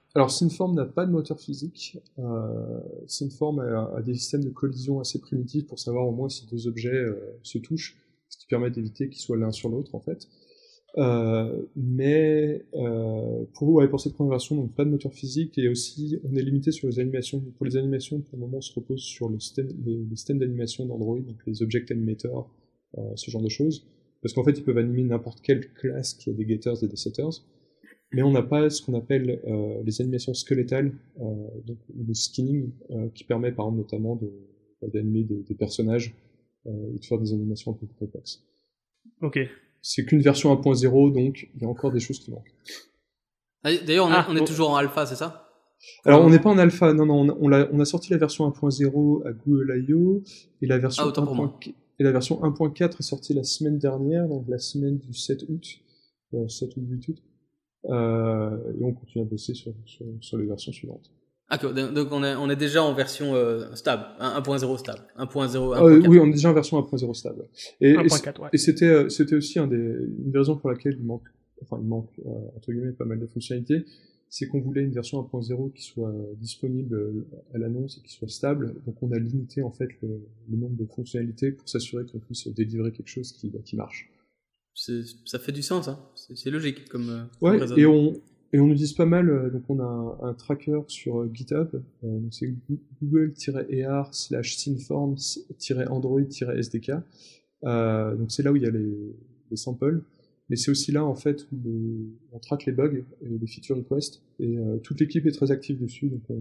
[SPEAKER 3] Alors, Synform n'a pas de moteur physique. Euh, Synform a, a des systèmes de collision assez primitifs pour savoir au moins si deux objets euh, se touchent, ce qui permet d'éviter qu'ils soient l'un sur l'autre, en fait. Euh, mais euh, pour, ouais, pour cette première version, donc pas de moteur physique, et aussi on est limité sur les animations. Pour les animations, pour le moment, on se repose sur le système, les, les systèmes d'animation d'Android, donc les Object Animators, euh, ce genre de choses, parce qu'en fait, ils peuvent animer n'importe quelle classe qui a des getters et des setters. Mais on n'a pas ce qu'on appelle euh, les animations squelettales, euh, donc le skinning, euh, qui permet par exemple notamment de, d'animer des, des personnages euh, et de faire des animations un peu plus complexes.
[SPEAKER 1] Ok.
[SPEAKER 3] C'est qu'une version un point zéro, donc il y a encore des choses qui manquent.
[SPEAKER 2] D'ailleurs, on,
[SPEAKER 1] ah,
[SPEAKER 2] est, on est
[SPEAKER 1] bon.
[SPEAKER 2] toujours en alpha, c'est ça?
[SPEAKER 3] Alors on n'est pas en alpha, non, non, on a, on a, on a sorti la version un point zéro à Google I O, et la version,
[SPEAKER 2] ah, autant pour moi.
[SPEAKER 3] et la version un point quatre est sortie la semaine dernière, donc la semaine du sept août, euh, sept ou huit août. Euh, et on continue à bosser sur, sur, sur les versions suivantes.
[SPEAKER 2] Ah, donc on est, on est déjà en version euh, stable, un point zéro stable, un point zéro, un
[SPEAKER 3] euh,
[SPEAKER 2] point quatre.
[SPEAKER 3] Oui, on est déjà en version un point zéro stable. Et,
[SPEAKER 1] un point quatre, ouais.
[SPEAKER 3] et c'était, euh, c'était aussi un des, une des raisons pour laquelle il manque, enfin il manque euh, entre guillemets pas mal de fonctionnalités, c'est qu'on voulait une version un point zéro qui soit disponible à l'annonce et qui soit stable. Donc on a limité en fait le, le nombre de fonctionnalités pour s'assurer qu'on puisse délivrer quelque chose qui, qui marche.
[SPEAKER 2] C'est, ça fait du sens, hein. c'est, c'est logique comme. Euh,
[SPEAKER 3] ouais,
[SPEAKER 2] comme
[SPEAKER 3] et on et on utilise pas mal. Euh, donc on a un, un tracker sur euh, GitHub. Euh, donc c'est google-ar slash synform-android-sdk. Euh, donc c'est là où il y a les, les samples. Mais c'est aussi là en fait où les, on traque les bugs et les feature requests. Et euh, toute l'équipe est très active dessus. Donc on,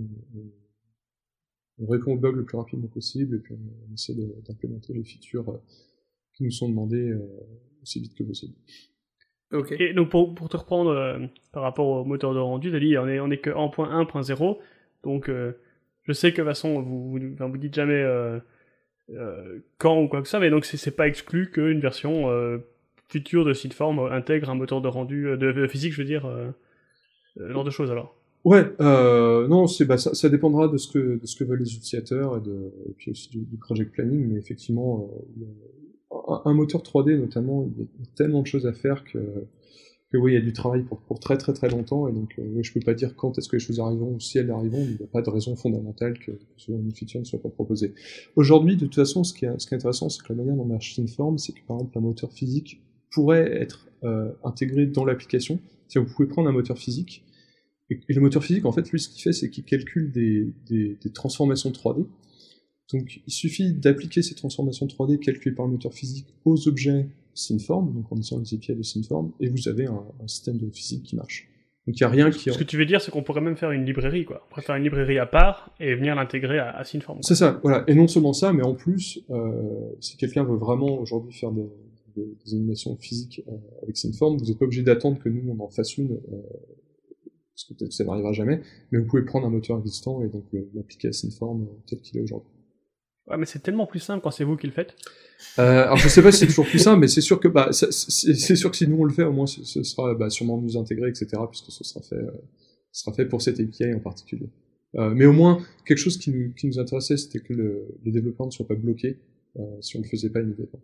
[SPEAKER 3] on, on répond aux bugs le plus rapidement possible et puis on, on essaie de, d'implémenter les features euh, qui nous sont demandées euh, aussi vite que possible.
[SPEAKER 2] Ok.
[SPEAKER 1] Et donc pour, pour te reprendre euh, par rapport au moteur de rendu, t'as dit on est, on est que en point un point zéro, donc euh, je sais que de toute façon vous, vous, enfin, vous dites jamais euh, euh, quand ou quoi que ça, mais donc c'est, c'est pas exclu qu'une version euh, future de Synform intègre un moteur de rendu, euh, de, de physique je veux dire, euh, euh, genre de choses alors.
[SPEAKER 3] Ouais, euh, non, c'est bah ça, ça dépendra de ce que de ce que veulent les utilisateurs et de et puis aussi du, du project planning, mais effectivement euh, un, un moteur trois D notamment, il y a tellement de choses à faire que que oui, il y a du travail pour pour très très très longtemps et donc euh, oui, je peux pas dire quand est-ce que les choses arriveront ou si elles arriveront, mais il n'y a pas de raison fondamentale que, que une feature ne soit pas proposée. Aujourd'hui, de toute façon, ce qui est ce qui est intéressant, c'est que la manière dont marche Synform, c'est que par exemple un moteur physique pourrait être euh, intégré dans l'application. Si vous pouvez prendre un moteur physique. Et le moteur physique, en fait, lui, ce qu'il fait, c'est qu'il calcule des, des, des transformations trois D. Donc, il suffit d'appliquer ces transformations trois D calculées par le moteur physique aux objets Synform, donc en utilisant les A P I de Synform, et vous avez un, un système de physique qui marche. Donc, il n'y a rien qui...
[SPEAKER 1] Ce que tu veux dire, c'est qu'on pourrait même faire une librairie, quoi. On pourrait faire une librairie à part et venir l'intégrer à, à Synform.
[SPEAKER 3] C'est ça, voilà. Et non seulement ça, mais en plus, euh, si quelqu'un veut vraiment aujourd'hui faire des, des, des animations physiques euh, avec Synform, vous n'êtes pas obligé d'attendre que nous, on en fasse une... Euh, parce que peut-être ça n'arrivera jamais, mais vous pouvez prendre un moteur existant et donc l'appliquer à Synform tel qu'il est aujourd'hui.
[SPEAKER 1] Ouais, mais c'est tellement plus simple quand c'est vous qui le faites.
[SPEAKER 3] Euh, alors je sais pas si c'est toujours plus simple, mais c'est sûr que bah c'est, c'est sûr que si nous on le fait, au moins ce, ce sera bah, sûrement mieux intégré, et cetera, puisque ce sera fait, euh, ce sera fait pour cette A P I en particulier. Euh, mais au moins quelque chose qui nous qui nous intéressait, c'était que le, les développeurs ne soient pas bloqués euh, si on le faisait pas immédiatement.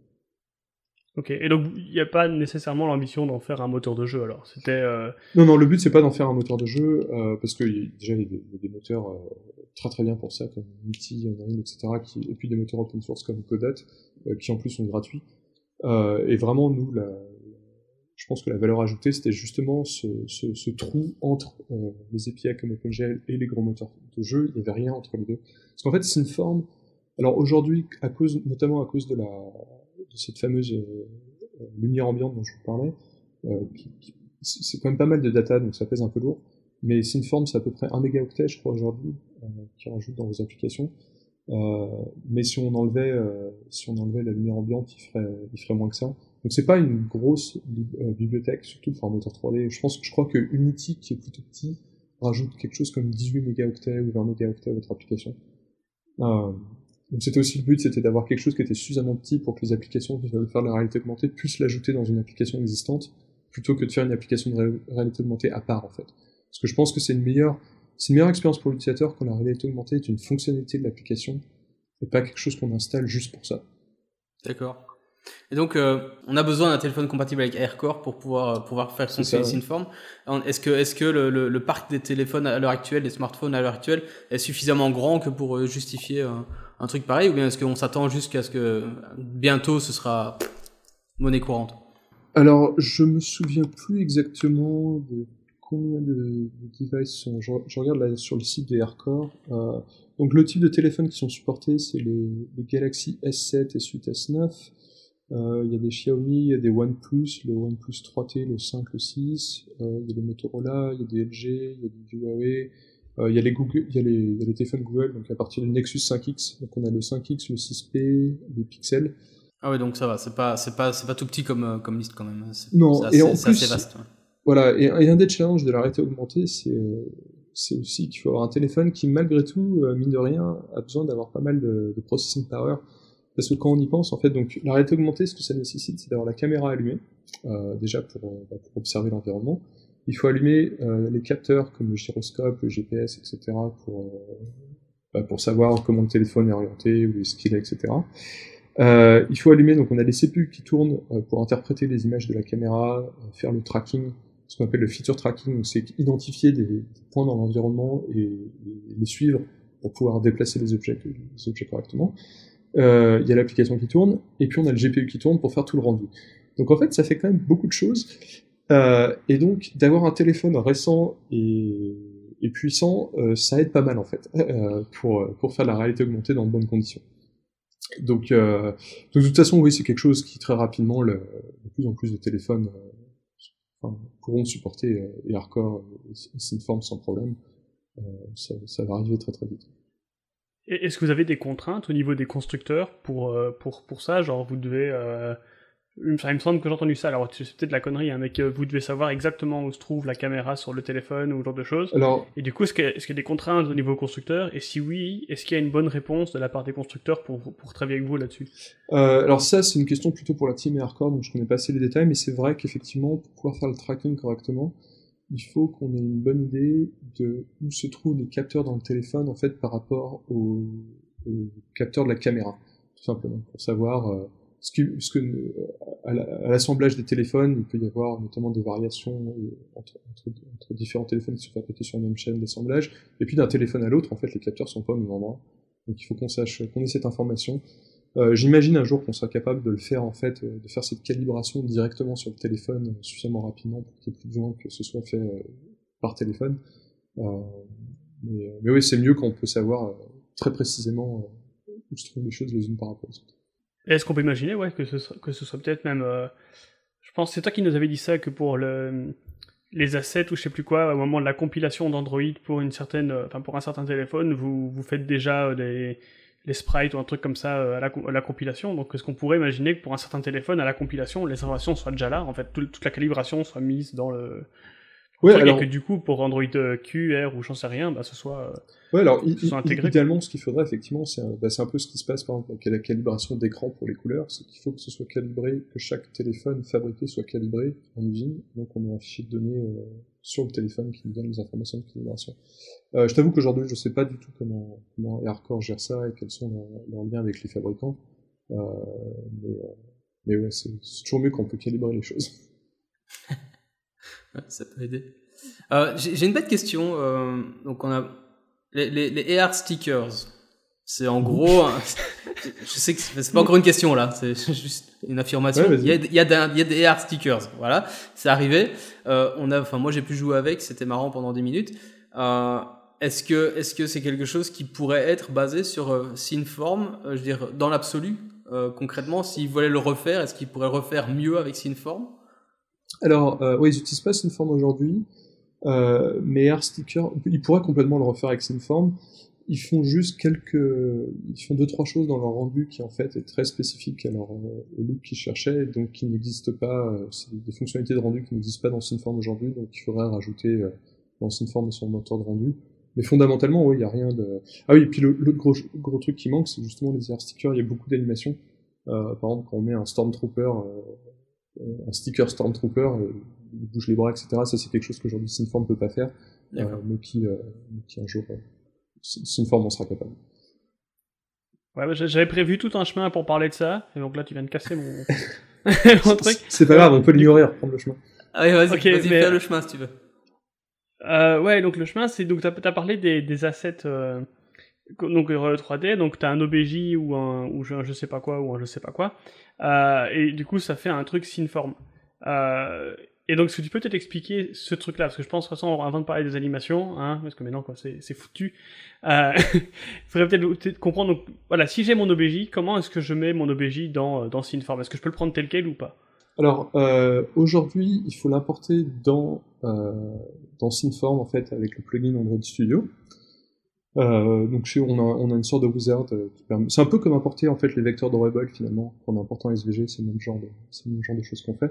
[SPEAKER 1] Ok, et donc il n'y a pas nécessairement l'ambition d'en faire un moteur de jeu alors. C'était. Euh...
[SPEAKER 3] Non, non, le but c'est pas d'en faire un moteur de jeu, euh, parce que y, déjà il y a des, y a des moteurs euh, très très bien pour ça, comme Unity, Unreal, et cetera, qui, et puis des moteurs open source comme Godot, euh, qui en plus sont gratuits. Euh, et vraiment, nous, la, je pense que la valeur ajoutée, c'était justement ce, ce, ce trou entre euh, les A P I comme OpenGL et les gros moteurs de jeu. Il n'y avait rien entre les deux. Parce qu'en fait, Synform, alors aujourd'hui, à cause, notamment à cause de la de cette fameuse euh, lumière ambiante dont je vous parlais, euh, qui, qui, c'est quand même pas mal de data, donc ça pèse un peu lourd, mais Synform, c'est à peu près un mégaoctet, je crois, aujourd'hui, euh, qui rajoute dans vos applications, euh, mais si on enlevait euh, si on enlevait la lumière ambiante, il ferait, il ferait moins que ça. Donc c'est pas une grosse euh, bibliothèque, surtout pour un moteur trois D. Je pense, je crois que Unity, qui est plutôt petit, rajoute quelque chose comme dix-huit mégaoctets ou vingt mégaoctets à votre application. Euh, Donc c'était aussi le but, c'était d'avoir quelque chose qui était suffisamment petit pour que les applications qui veulent faire de la réalité augmentée puissent l'ajouter dans une application existante, plutôt que de faire une application de ré- réalité augmentée à part, en fait. Parce que je pense que c'est une meilleure, c'est une meilleure expérience pour l'utilisateur quand la réalité augmentée est une fonctionnalité de l'application, et pas quelque chose qu'on installe juste pour ça.
[SPEAKER 2] D'accord. Et donc, euh, on a besoin d'un téléphone compatible avec AirCore pour pouvoir, euh, pouvoir faire fonctionner SYNFORM. Est-ce que, est-ce que le, le, le parc des téléphones à l'heure actuelle, des smartphones à l'heure actuelle, est suffisamment grand que pour euh, justifier un, un truc pareil, ou bien est-ce qu'on s'attend jusqu'à ce que bientôt ce sera monnaie courante?
[SPEAKER 3] Alors, je me souviens plus exactement de combien de, de devices sont. Je, je regarde là sur le site des AirCore. Euh, donc, le type de téléphone qui sont supportés, c'est les, les Galaxy S sept et suite S neuf. Il euh, y a des Xiaomi, il y a des OnePlus, le OnePlus trois T, le cinq, le six. Il euh, y a des Motorola, il y a des L G, il y a des Huawei. Il euh, y a les Google, il y a les, y a les téléphones Google. Donc, à partir du Nexus cinq X, donc on a le cinq X, le six P, les Pixel.
[SPEAKER 2] Ah ouais, donc ça va, c'est pas, c'est pas, c'est pas tout petit comme, comme liste quand même. C'est,
[SPEAKER 3] non,
[SPEAKER 2] c'est assez,
[SPEAKER 3] et en
[SPEAKER 2] c'est
[SPEAKER 3] plus,
[SPEAKER 2] assez vaste. Ouais.
[SPEAKER 3] Voilà, et, et un des challenges de la réalité augmentée, c'est, euh, c'est aussi qu'il faut avoir un téléphone qui, malgré tout, euh, mine de rien, a besoin d'avoir pas mal de, de processing power. Parce que quand on y pense, en fait, donc la réalité augmentée, ce que ça nécessite, c'est d'avoir la caméra allumée, euh, déjà pour, euh, pour observer l'environnement. Il faut allumer euh, les capteurs comme le gyroscope, le G P S, et cetera, pour, euh, bah, pour savoir comment le téléphone est orienté, où est-ce qu'il est, et cetera. Euh, il faut allumer, donc on a les C P U qui tournent euh, pour interpréter les images de la caméra, euh, faire le tracking, ce qu'on appelle le feature tracking, donc c'est identifier des, des points dans l'environnement et, et les suivre pour pouvoir déplacer les objets, les objets correctement. Euh, il y a l'application qui tourne, et puis on a le G P U qui tourne pour faire tout le rendu. Donc en fait, ça fait quand même beaucoup de choses, euh, et donc d'avoir un téléphone récent et, et puissant, euh, ça aide pas mal en fait, euh, pour, pour faire la réalité augmentée dans de bonnes conditions. Donc, euh, de toute façon, oui, c'est quelque chose qui très rapidement, le, de plus en plus de téléphones euh, enfin, pourront supporter euh, AirCore et SYNFORM sans problème. Euh, ça, ça va arriver très très vite.
[SPEAKER 1] Et est-ce que vous avez des contraintes au niveau des constructeurs pour, euh, pour, pour ça? Genre, vous devez... Euh... Enfin, il me semble que j'ai entendu ça, alors c'est peut-être la connerie, hein, mais que vous devez savoir exactement où se trouve la caméra sur le téléphone ou ce genre de choses.
[SPEAKER 3] Alors,
[SPEAKER 1] et du coup, est-ce qu'il y, est-ce qu'il y a des contraintes au niveau constructeur? Et si oui, est-ce qu'il y a une bonne réponse de la part des constructeurs pour, pour travailler avec vous là-dessus?
[SPEAKER 3] euh, alors ça, c'est une question plutôt pour la team AirCore, donc je connais pas assez les détails, mais c'est vrai qu'effectivement, pour pouvoir faire le tracking correctement, il faut qu'on ait une bonne idée de où se trouvent les capteurs dans le téléphone, en fait, par rapport aux, aux capteurs de la caméra, tout simplement, pour savoir... Euh, Parce que, parce que à l'assemblage des téléphones, il peut y avoir notamment des variations entre, entre, entre différents téléphones qui sont fabriqués sur la même chaîne d'assemblage, et puis d'un téléphone à l'autre, en fait, les capteurs sont pas au même endroit. Donc il faut qu'on sache, qu'on ait cette information. Euh, j'imagine un jour qu'on sera capable de le faire, en fait, de faire cette calibration directement sur le téléphone suffisamment rapidement pour qu'il n'y ait plus besoin que ce soit fait euh, par téléphone. Euh, mais, mais oui, c'est mieux quand on peut savoir euh, très précisément euh, où se trouvent les choses les unes par rapport aux autres.
[SPEAKER 1] Est-ce qu'on peut imaginer, ouais, que ce soit, que ce soit peut-être même... Euh, je pense que c'est toi qui nous avais dit ça, que pour le, les assets ou je sais plus quoi, au moment de la compilation d'Android pour une certaine, enfin pour un certain téléphone, vous, vous faites déjà les, les sprites ou un truc comme ça à la, à la compilation. Donc est-ce qu'on pourrait imaginer que pour un certain téléphone, à la compilation, les informations soient déjà là, en fait, tout, toute la calibration soit mise dans le... Ouais, alors... Et que du coup, pour Android Q, R ou j'en sais rien, bah, ce soit, euh,
[SPEAKER 3] ouais, alors,
[SPEAKER 1] ce soit intégré.
[SPEAKER 3] Idéalement, ce qu'il faudrait, effectivement, c'est un, bah, un peu ce qui se passe par exemple avec la calibration d'écran pour les couleurs, c'est qu'il faut que ce soit calibré, que chaque téléphone fabriqué soit calibré en usine, donc on a un fichier de données euh, sur le téléphone qui nous donne les informations de calibration. Euh, je t'avoue qu'aujourd'hui, je sais pas du tout comment, comment AirCore gère ça et quels sont leurs, leurs liens avec les fabricants, euh, mais, euh, mais ouais, c'est, c'est toujours mieux quand on peut calibrer les choses.
[SPEAKER 2] Ça peut aider. Euh, j'ai, j'ai une bête question. Euh, donc on a les, les, les A R stickers. C'est en gros, un, je sais que c'est, c'est pas encore une question là, c'est juste une affirmation. Ouais, il y a, il y a, des, il y a des A R stickers. Voilà, c'est arrivé. Euh, on a, enfin moi j'ai pu jouer avec, c'était marrant pendant dix minutes. Euh, est-ce que, est-ce que c'est quelque chose qui pourrait être basé sur euh, SYNFORM, euh, je veux dire dans l'absolu, euh, concrètement, s'ils voulaient le refaire, est-ce qu'ils pourraient refaire mieux avec SYNFORM?
[SPEAKER 3] Alors, euh, oui, ils n'utilisent pas SYNFORM aujourd'hui, euh, mais AirSticker, ils pourraient complètement le refaire avec SYNFORM. Ils font juste quelques, ils font deux trois choses dans leur rendu qui en fait est très spécifique à leur euh, au look qu'ils cherchaient, donc qui n'existent pas. Euh, c'est des fonctionnalités de rendu qui n'existent pas dans SYNFORM aujourd'hui, donc il faudrait rajouter euh, dans SYNFORM son moteur de rendu. Mais fondamentalement, oui, il y a rien de. Ah oui, et puis le, l'autre gros gros truc qui manque, c'est justement les AirStickers. Il y a beaucoup d'animations. Euh, par exemple, quand on met un Stormtrooper. Euh, un sticker Stormtrooper, euh, il bouge les bras, et cetera. Ça, c'est quelque chose qu'aujourd'hui SYNFORM ne peut pas faire, euh, mais, qui, euh, mais qui un jour, euh, SYNFORM en sera capable.
[SPEAKER 1] Ouais, bah, j'avais prévu tout un chemin pour parler de ça, et donc là tu viens de casser mon, mon truc.
[SPEAKER 3] C'est pas grave, on peut l'ignorer, reprendre le chemin.
[SPEAKER 2] Ah oui, vas-y,
[SPEAKER 1] okay,
[SPEAKER 2] vas-y
[SPEAKER 1] mais...
[SPEAKER 2] fais le chemin si tu veux.
[SPEAKER 1] Euh, ouais, donc le chemin, c'est donc t'as as parlé des, des assets euh, donc euh, trois D, donc t'as un O B J ou un ou un je sais pas quoi ou un je sais pas quoi, euh, et du coup ça fait un truc Synform. Euh, et donc, est-ce que tu peux peut-être expliquer ce truc-là, parce que je pense, de toute façon, avant de parler des animations, hein, parce que maintenant, quoi, c'est, c'est foutu, euh, il faudrait peut-être, peut-être comprendre, donc, voilà, si j'ai mon O B J, comment est-ce que je mets mon O B J dans, dans Synform? Est-ce que je peux le prendre tel quel ou pas?
[SPEAKER 3] Alors, euh, aujourd'hui, il faut l'importer dans, euh, dans Synform, en fait, avec le plugin Android Studio. Euh, donc, chez, on, a, on a une sorte de wizard euh, qui permet... C'est un peu comme importer, en fait, les vecteurs drawable, finalement, en important S V G, c'est le même genre de, c'est le même genre de choses qu'on fait.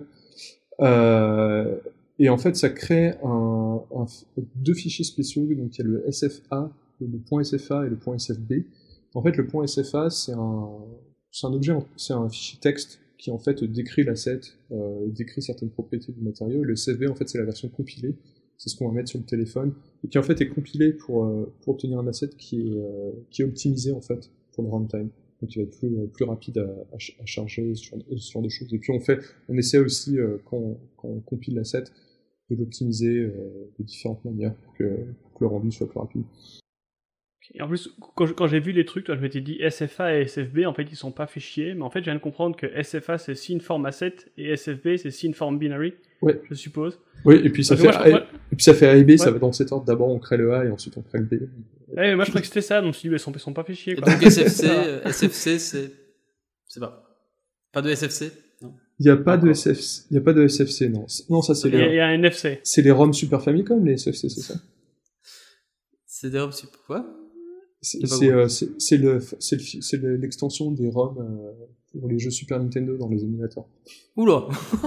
[SPEAKER 3] Euh, et en fait, ça crée un, un, deux fichiers spéciaux, donc il y a le S F A, le point S F A et le point S F B. En fait, le point S F A, c'est un, c'est un objet, c'est un fichier texte qui en fait décrit l'asset, euh, décrit certaines propriétés du matériau. Et le S F B, en fait, c'est la version compilée, c'est ce qu'on va mettre sur le téléphone, et qui en fait est compilé pour, euh, pour obtenir un asset qui est, euh, qui est optimisé en fait pour le runtime. Donc il va être plus, plus rapide à, à, à charger, ce genre, de, ce genre de choses. Et puis on fait, on essaie aussi, euh, quand, quand on compile l'asset, de l'optimiser euh, de différentes manières pour que, pour que le rendu soit plus rapide.
[SPEAKER 1] Et en plus, quand, quand j'ai vu les trucs, toi, je m'étais dit S F A et S F B, en fait, ils sont pas fait chier, mais en fait, je viens de comprendre que S F A, c'est Synform Asset, et S F B, c'est Synform Binary,
[SPEAKER 3] ouais.
[SPEAKER 1] je suppose.
[SPEAKER 3] Oui, et puis ça fait,
[SPEAKER 1] moi, je...
[SPEAKER 3] A, et puis ça fait A et B,
[SPEAKER 1] ouais.
[SPEAKER 3] ça va dans cet ordre. D'abord, on crée le A, et ensuite, on crée le B.
[SPEAKER 1] Ouais, mais moi, je croyais que c'était ça, donc je me suis dit, bah, ils, sont, ils sont pas fait chier, quoi.
[SPEAKER 2] Et donc S F C, S F C, c'est... C'est pas... Pas de S F C, non.
[SPEAKER 3] Il n'y a pas de S F C, il y a pas de S F C, non. Non, ça, c'est
[SPEAKER 1] les... Il y a un N F C.
[SPEAKER 3] C'est les ROM Super Famicom, les S F C, c'est ça?
[SPEAKER 2] C'est des ROM Super... Quoi?
[SPEAKER 3] C'est, c'est, euh, c'est, c'est, le, c'est, le, c'est le, l'extension des ROM euh, pour les jeux Super Nintendo dans les émulateurs.
[SPEAKER 2] Oula.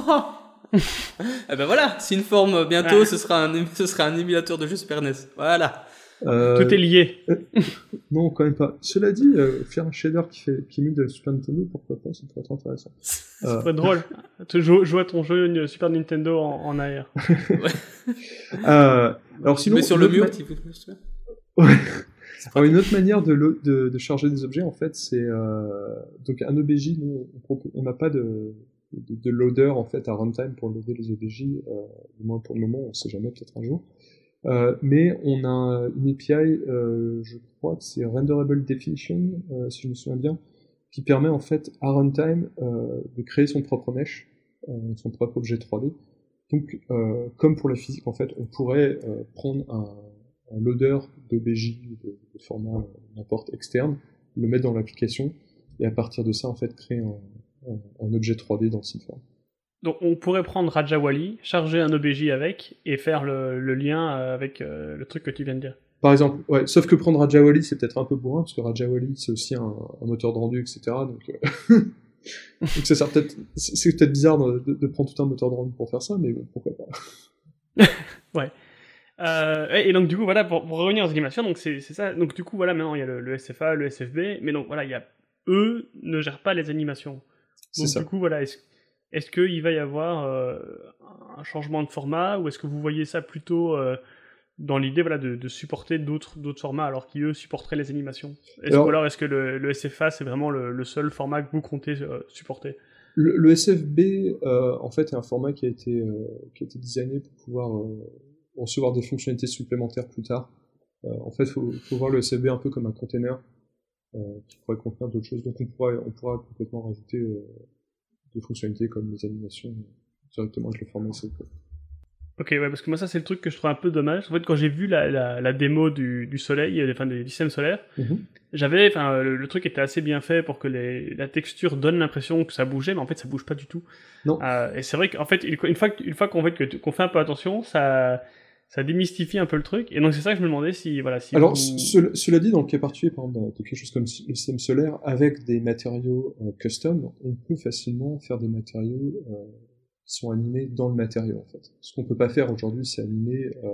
[SPEAKER 2] Eh ben voilà, Synform, bientôt, ah. ce, sera un, ce sera un émulateur de jeu Super N E S. Voilà.
[SPEAKER 1] Euh, Tout est lié.
[SPEAKER 3] Euh, non, quand même pas. Cela dit, euh, faire un shader qui, fait, qui émule de Super Nintendo, pourquoi pas, ça pourrait être intéressant.
[SPEAKER 1] Ça euh... pourrait être drôle. Tu joues, joues à ton jeu Super Nintendo en, en A R.
[SPEAKER 2] Ouais.
[SPEAKER 3] euh, alors sinon...
[SPEAKER 2] Mais sur le mur,
[SPEAKER 3] ma...
[SPEAKER 2] tu peux...
[SPEAKER 3] Ouais. Alors une autre manière de, de, de charger des objets, en fait, c'est... Euh, donc un O B J, nous, on n'a pas de, de, de loader, en fait, à runtime pour loader les O B J, euh, du moins pour le moment, on sait jamais, peut-être un jour. Euh, mais on a une A P I, euh, je crois que c'est Renderable Definition, euh, si je me souviens bien, qui permet en fait à runtime euh, de créer son propre mesh, euh, son propre objet trois D. Donc, euh, comme pour la physique, en fait, on pourrait euh, prendre un, un loader d'O B J de, de format euh, n'importe externe, le mettre dans l'application, et à partir de ça, en fait, créer un, un, un objet trois D dans Synform.
[SPEAKER 1] Donc on pourrait prendre Rajawali, charger un O B J avec, et faire le, le lien avec euh, le truc que tu viens de dire.
[SPEAKER 3] Par exemple, ouais, sauf que prendre Rajawali, c'est peut-être un peu bourrin, parce que Rajawali, c'est aussi un, un moteur de rendu, et cetera. Donc, euh... donc ça sert peut-être, c'est peut-être bizarre de, de, de prendre tout un moteur de rendu pour faire ça, mais bon, pourquoi pas.
[SPEAKER 1] Ouais. Euh, et donc du coup, voilà, pour, pour revenir aux animations, donc c'est, c'est ça. Donc du coup, voilà, maintenant il y a le, le S F A, le S F B, mais donc voilà, il y a eux ne gèrent pas les animations. Donc
[SPEAKER 3] c'est ça.
[SPEAKER 1] Du coup, voilà, est-ce Est-ce qu'il va y avoir euh, un changement de format, ou est-ce que vous voyez ça plutôt euh, dans l'idée voilà, de, de supporter d'autres, d'autres formats alors qu'eux supporteraient les animations? Est-ce alors, que, alors est-ce que le, le S F A c'est vraiment le, le seul format que vous comptez euh, supporter?
[SPEAKER 3] le, le S F B euh, en fait est un format qui a été, euh, qui a été designé pour pouvoir euh, recevoir des fonctionnalités supplémentaires plus tard. Euh, en fait, il faut, faut voir le S F B un peu comme un container euh, qui pourrait contenir d'autres choses. Donc on pourra, on pourra complètement rajouter euh, des fonctionnalités comme les animations directement avec le format S F B.
[SPEAKER 1] Ok, ouais, parce que moi ça c'est le truc que je trouve un peu dommage. En fait, quand j'ai vu la, la, la démo du, du soleil, enfin des systèmes solaires, mm-hmm. j'avais, enfin le, le truc était assez bien fait pour que les, la texture donne l'impression que ça bougeait, mais en fait ça bouge pas du tout.
[SPEAKER 3] Non.
[SPEAKER 1] Euh, et c'est vrai qu'en fait une fois, une fois qu'on fait, que, qu'on fait un peu attention, ça, ça démystifie un peu le truc. Et donc c'est ça que je me demandais si, voilà, si.
[SPEAKER 3] Alors
[SPEAKER 1] vous...
[SPEAKER 3] ce, cela dit, dans le cas particulier, par exemple, de quelque chose comme le système solaire, avec des matériaux euh, custom, on peut facilement faire des matériaux euh, qui sont animés dans le matériau, en fait. Ce qu'on peut pas faire aujourd'hui, c'est animer euh,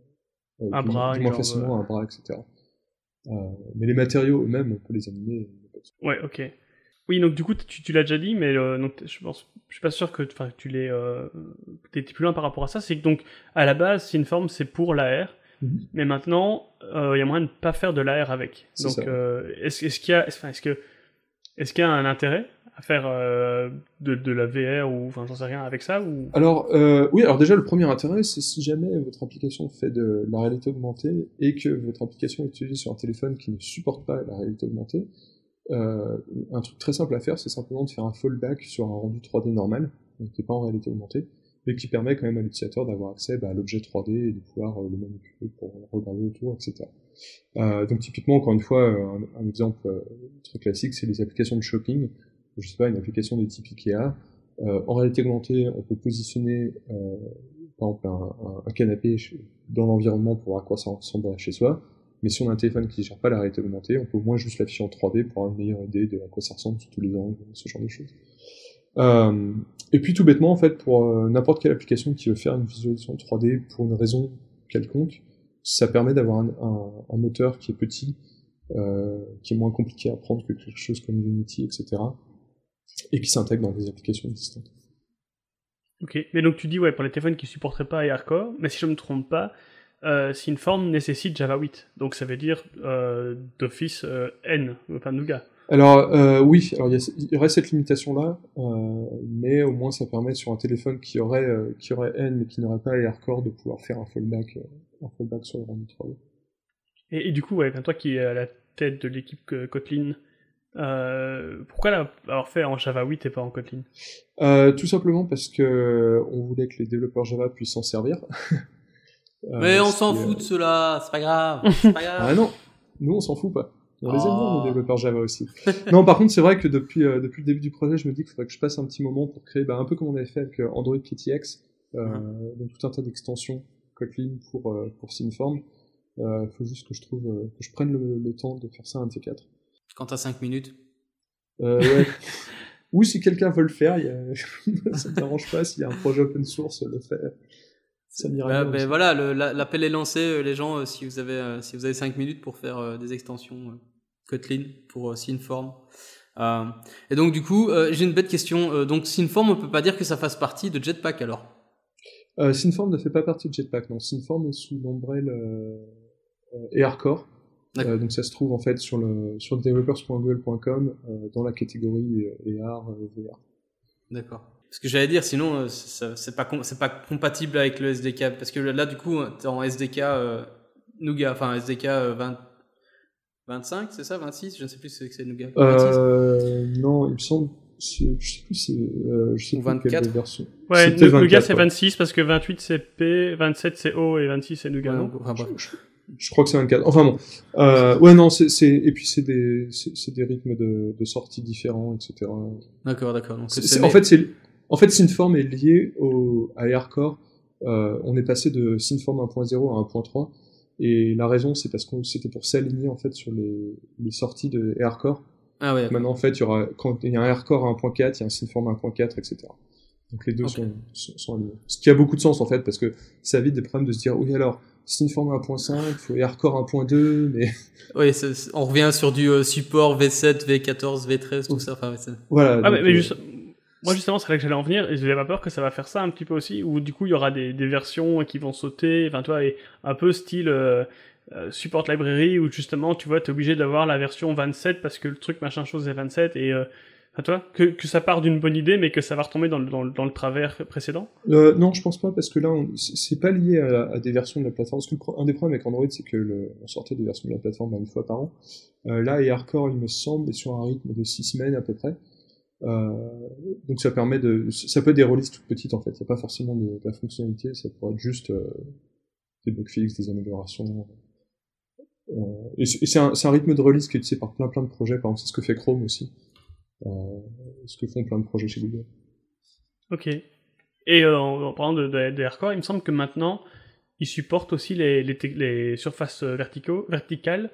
[SPEAKER 3] euh,
[SPEAKER 1] un
[SPEAKER 3] du,
[SPEAKER 1] bras,
[SPEAKER 3] du moins facilement
[SPEAKER 1] euh...
[SPEAKER 3] un bras, et cetera. Euh, mais les matériaux eux-mêmes, on peut les animer.
[SPEAKER 1] Ouais, ok. Oui, donc du coup, tu, tu l'as déjà dit, mais euh, donc, je pense, je suis pas sûr que tu l'aies, euh, t'es plus loin par rapport à ça. C'est que donc, à la base, Synform, c'est pour l'A R.
[SPEAKER 3] Mm-hmm.
[SPEAKER 1] mais maintenant, il euh, y a moyen de ne pas faire de l'A R avec.
[SPEAKER 3] C'est
[SPEAKER 1] Donc,
[SPEAKER 3] ça.
[SPEAKER 1] euh, est-ce, est-ce qu'il y a, enfin, est-ce que, est-ce qu'il y a un intérêt à faire euh, de, de la V R ou, enfin, j'en sais rien avec ça ou...
[SPEAKER 3] Alors, euh, oui, alors déjà, le premier intérêt, c'est si jamais votre application fait de la réalité augmentée et que votre application est utilisée sur un téléphone qui ne supporte pas la réalité augmentée, euh, un truc très simple à faire, c'est simplement de faire un fallback sur un rendu trois D normal, donc qui n'est pas en réalité augmentée, mais qui permet quand même à l'utilisateur d'avoir accès bah, à l'objet trois D et de pouvoir euh, le manipuler pour regarder autour, et cetera. Euh, donc typiquement, encore une fois, un, un exemple euh, très classique, c'est les applications de shopping. Je sais pas, une application de type Ikea. Euh, en réalité augmentée, on peut positionner euh, par exemple un, un, un canapé dans l'environnement pour voir à quoi ça ressemble chez soi. Mais si on a un téléphone qui ne gère pas la réalité augmentée, on peut au moins juste l'afficher en trois D pour avoir une meilleure idée de à quoi ça ressemble sous tous les angles, ce genre de choses. Euh, et puis tout bêtement, en fait, pour euh, n'importe quelle application qui veut faire une visualisation trois D pour une raison quelconque, ça permet d'avoir un, un, un moteur qui est petit, euh, qui est moins compliqué à prendre que quelque chose comme Unity, et cetera, et qui s'intègre dans des applications existantes.
[SPEAKER 1] Ok, mais donc tu dis, ouais, pour les téléphones qui ne supporteraient pas ARCore, mais si je ne me trompe pas, euh, Cineform nécessite Java huit, donc ça veut dire euh, d'office euh, N, enfin Nougat.
[SPEAKER 3] Alors euh, oui, alors il y, y aurait cette limitation-là, euh, mais au moins ça permet sur un téléphone qui aurait euh, qui aurait N mais qui n'aurait pas ARCore de pouvoir faire un fallback, euh, un fallback sur le rendu trois D.
[SPEAKER 1] Et, et du coup, ouais, toi qui es à la tête de l'équipe Kotlin, euh, pourquoi l'avoir fait en Java huit et pas en Kotlin?
[SPEAKER 3] euh, Tout simplement parce que on voulait que les développeurs Java puissent s'en servir.
[SPEAKER 2] euh, mais on s'en fout euh... de cela, c'est pas grave, c'est pas grave.
[SPEAKER 3] Ah non, nous on s'en fout pas. On oh. les aime bien, nos développeurs Java aussi. Non, par contre, c'est vrai que depuis, euh, depuis le début du projet, je me dis qu'il faudrait que je passe un petit moment pour créer, bah, un peu comme on avait fait avec euh, Android K T X, euh, mm-hmm. donc tout un tas d'extensions Kotlin pour, euh, pour Cineform. Il euh, faut juste que je trouve, euh, que je prenne le, le temps de faire ça un de ces quatre.
[SPEAKER 2] Quand t'as cinq minutes
[SPEAKER 3] euh, ouais. Ou si quelqu'un veut le faire, y a... ça ne m'arrange pas, s'il y a un projet open source, le fait. Ça m'ira
[SPEAKER 2] bah,
[SPEAKER 3] bien.
[SPEAKER 2] Ben voilà, le, l'appel est lancé, les gens, si vous avez, euh, si vous avez cinq minutes pour faire euh, des extensions euh, Kotlin pour euh, Cineform. Euh, et donc du coup, euh, j'ai une bête question. Euh, donc Cineform, on peut pas dire que ça fasse partie de Jetpack alors?
[SPEAKER 3] euh, Cineform ne fait pas partie de Jetpack, non. Cineform est sous l'ombrelle euh, ARCore. Euh, donc ça se trouve en fait sur le sur developers point google point com euh, dans la catégorie A R euh, V R.
[SPEAKER 2] D'accord. Parce que j'allais dire, sinon euh, c'est, c'est pas com- c'est pas compatible avec le S D K, parce que là du coup t'es en S D K euh, Nougat, enfin S D K euh, vingt, vingt-cinq, c'est ça, vingt-six, je ne sais plus ce que c'est Nougat.
[SPEAKER 3] Euh, non, il me semble, c'est, je sais plus si, euh, je sais
[SPEAKER 2] ou
[SPEAKER 3] plus
[SPEAKER 2] vingt-quatre.
[SPEAKER 3] quelle version.
[SPEAKER 1] Ouais, Nougat c'est vingt-six parce que vingt-huit c'est P, vingt-sept c'est O et vingt-six c'est Nougat.
[SPEAKER 2] Ouais,
[SPEAKER 1] non
[SPEAKER 2] enfin, bref.
[SPEAKER 3] Je, je, je crois que c'est vingt-quatre. Enfin bon, euh, ouais non, c'est, c'est et puis c'est des c'est, c'est des rythmes de, de sortie différents, et cetera.
[SPEAKER 2] D'accord, d'accord. Donc
[SPEAKER 3] c'est, c'est, en fait c'est en fait Cineform est lié au à ARCore. Euh, on est passé de Cineform un point zéro à un point trois. Et la raison, c'est parce que c'était pour s'aligner en fait sur les, les sorties de ARCore.
[SPEAKER 2] Ah ouais.
[SPEAKER 3] Maintenant, en fait, il y aura quand il y a un ARCore à un point quatre, il y a un Cineform à un point quatre, et cetera. Donc les deux okay. sont, sont, sont alignés. Ce qui a beaucoup de sens en fait, parce que ça évite des problèmes de se dire oui alors Cineform à un point cinq, il faut ARCore à un point deux, mais
[SPEAKER 2] oui, c'est, c'est, on revient sur du euh, support V sept, V quatorze, V treize, tout ça. Enfin, c'est...
[SPEAKER 3] Voilà.
[SPEAKER 1] Ah,
[SPEAKER 3] donc,
[SPEAKER 1] mais, mais
[SPEAKER 3] euh,
[SPEAKER 1] juste... Moi justement, c'est là que j'allais en venir, et j'avais pas peur que ça va faire ça un petit peu aussi, où du coup il y aura des, des versions qui vont sauter, enfin toi, et un peu style euh, euh, support library, où justement tu vois, t'es obligé d'avoir la version vingt-sept parce que le truc machin chose est vingt-sept, et euh, enfin toi, que, que ça part d'une bonne idée, mais que ça va retomber dans le, dans le, dans le travers précédent.
[SPEAKER 3] euh, Non, je pense pas, parce que là, on, c'est pas lié à, à des versions de la plateforme, parce que un des problèmes avec Android, c'est que le, on sortait des versions de la plateforme une fois par an. Euh, là, ARCore, il me semble, est sur un rythme de six semaines à peu près. Euh, donc ça permet de, ça peut être des releases toutes petites en fait, il n'y a pas forcément de, de la fonctionnalité, ça pourrait être juste euh, des bug fixes, des améliorations. Euh, et c'est, et c'est, un, c'est un rythme de release qui est utilisé par plein plein de projets, par exemple c'est ce que fait Chrome aussi, euh, ce que font plein de projets chez Google.
[SPEAKER 1] Ok. Et euh, en, en parlant de, de, de ARCore, il me semble que maintenant ils supportent aussi les, les, les surfaces verticaux, verticales.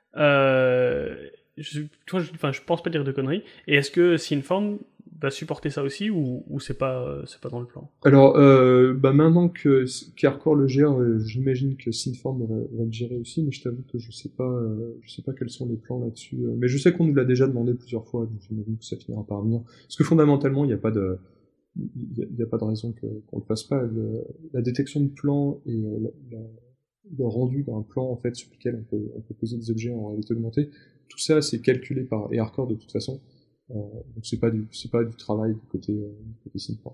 [SPEAKER 1] Euh, Je, toi, je, enfin, je pense pas dire de conneries. Et est-ce que Cineform va supporter ça aussi ou, ou c'est pas, c'est pas dans le plan?
[SPEAKER 3] Alors, euh, bah maintenant que qu'ARCore le gère, j'imagine que Cineform va, va le gérer aussi, mais je t'avoue que je sais pas, euh, je sais pas quels sont les plans là-dessus. Mais je sais qu'on nous l'a déjà demandé plusieurs fois, donc j'imagine que ça finira par venir. Parce que fondamentalement, il n'y a pas de, il y, y a pas de raison que, qu'on le fasse pas. Le, la détection de plans et la, la, le rendu d'un plan en fait sur lequel on peut, on peut poser des objets en réalité augmentée. Tout ça, c'est calculé par ARCore de toute façon. Euh, donc c'est pas du, c'est pas du travail du côté, euh, du côté SynForm.